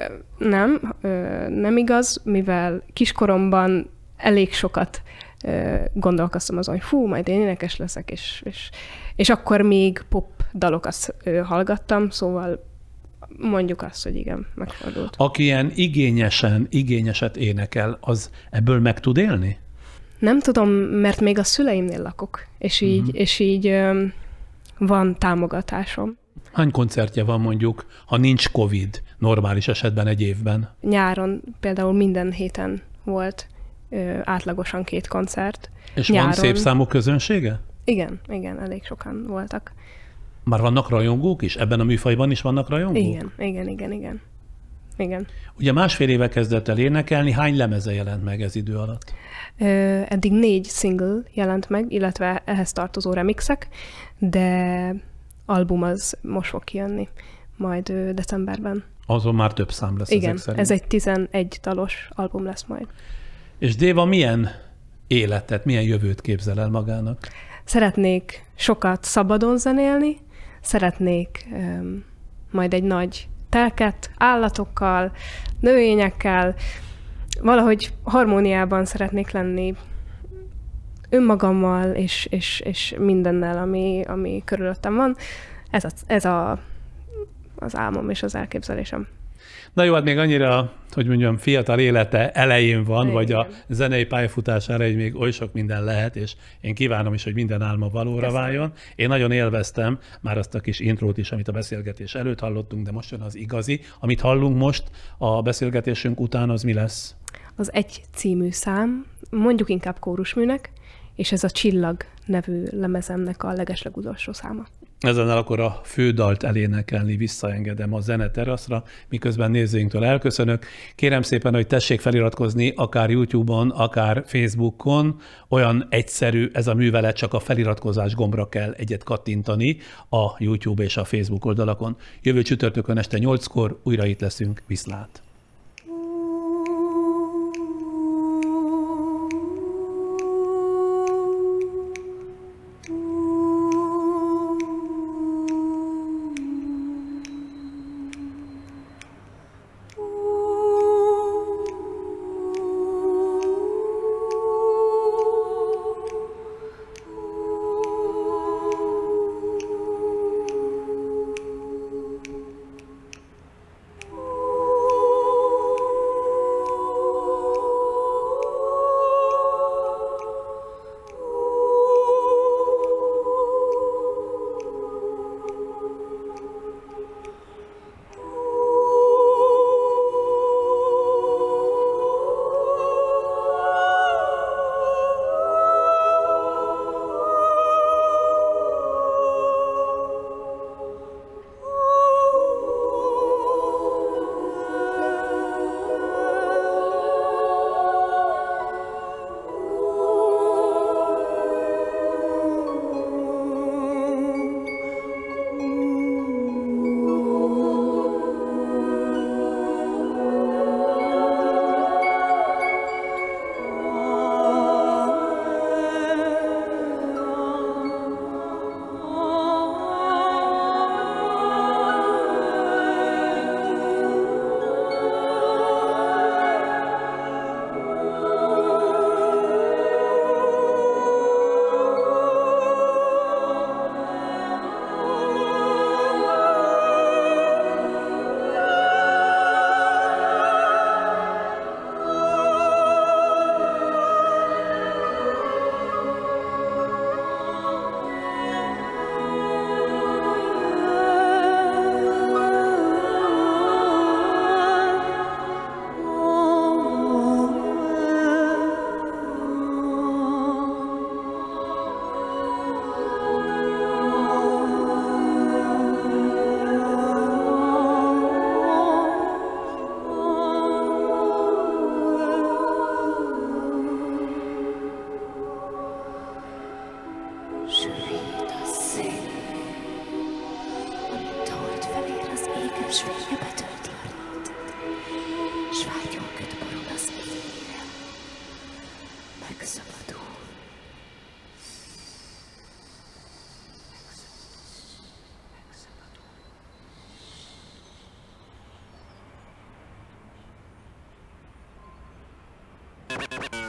nem igaz, mivel kiskoromban elég sokat gondolkoztam azon, hogy fú, majd én énekes leszek, és akkor még pop dalokat hallgattam, szóval mondjuk azt, hogy igen, megfordult. Aki ilyen igényeset énekel, az ebből meg tud élni? Nem tudom, mert még a szüleimnél lakok, és így van támogatásom. Hány koncertje van mondjuk, ha nincs Covid, normális esetben egy évben? Nyáron például minden héten volt átlagosan 2 koncert. És nyáron... van szép számú közönsége? Igen, elég sokan voltak. Már vannak rajongók is? Ebben a műfajban is vannak rajongók? Igen. Ugye 1,5 éve kezdett el énekelni, hány lemeze jelent meg ez idő alatt? Eddig 4 single jelent meg, illetve ehhez tartozó remixek, de album az most fog kijönni, majd decemberben. Azon már több szám lesz igen, ezek szerint. Ez egy 11 dalos album lesz majd. És Déva milyen életet, milyen jövőt képzel el magának? Szeretnék sokat szabadon zenélni, szeretnék majd egy nagy telket állatokkal, növényekkel, valahogy harmóniában szeretnék lenni önmagammal és mindennel, ami körülöttem van. Ez az álmom és az elképzelésem. Na jó, hát még annyira, hogy mondjam, fiatal élete elején van, igen. Vagy a zenei pályafutására így még oly sok minden lehet, és én kívánom is, hogy minden álma valóra váljon. Én nagyon élveztem már azt a kis intrót is, amit a beszélgetés előtt hallottunk, de most jön az igazi. Amit hallunk most a beszélgetésünk után, az mi lesz? Az Egy című szám, mondjuk inkább kórusműnek, és ez a Csillag nevű lemezemnek a legeslegutolsó száma. Ezennel akkor a fődalt elénekelni visszaengedem a zeneteraszra, miközben nézőinktől elköszönök. Kérem szépen, hogy tessék feliratkozni akár YouTube-on, akár Facebookon. Olyan egyszerű ez a művelet, csak a feliratkozás gombra kell egyet kattintani a YouTube és a Facebook oldalakon. Jövő csütörtökön este 8-kor újra itt leszünk. Viszlát! Megszabadul.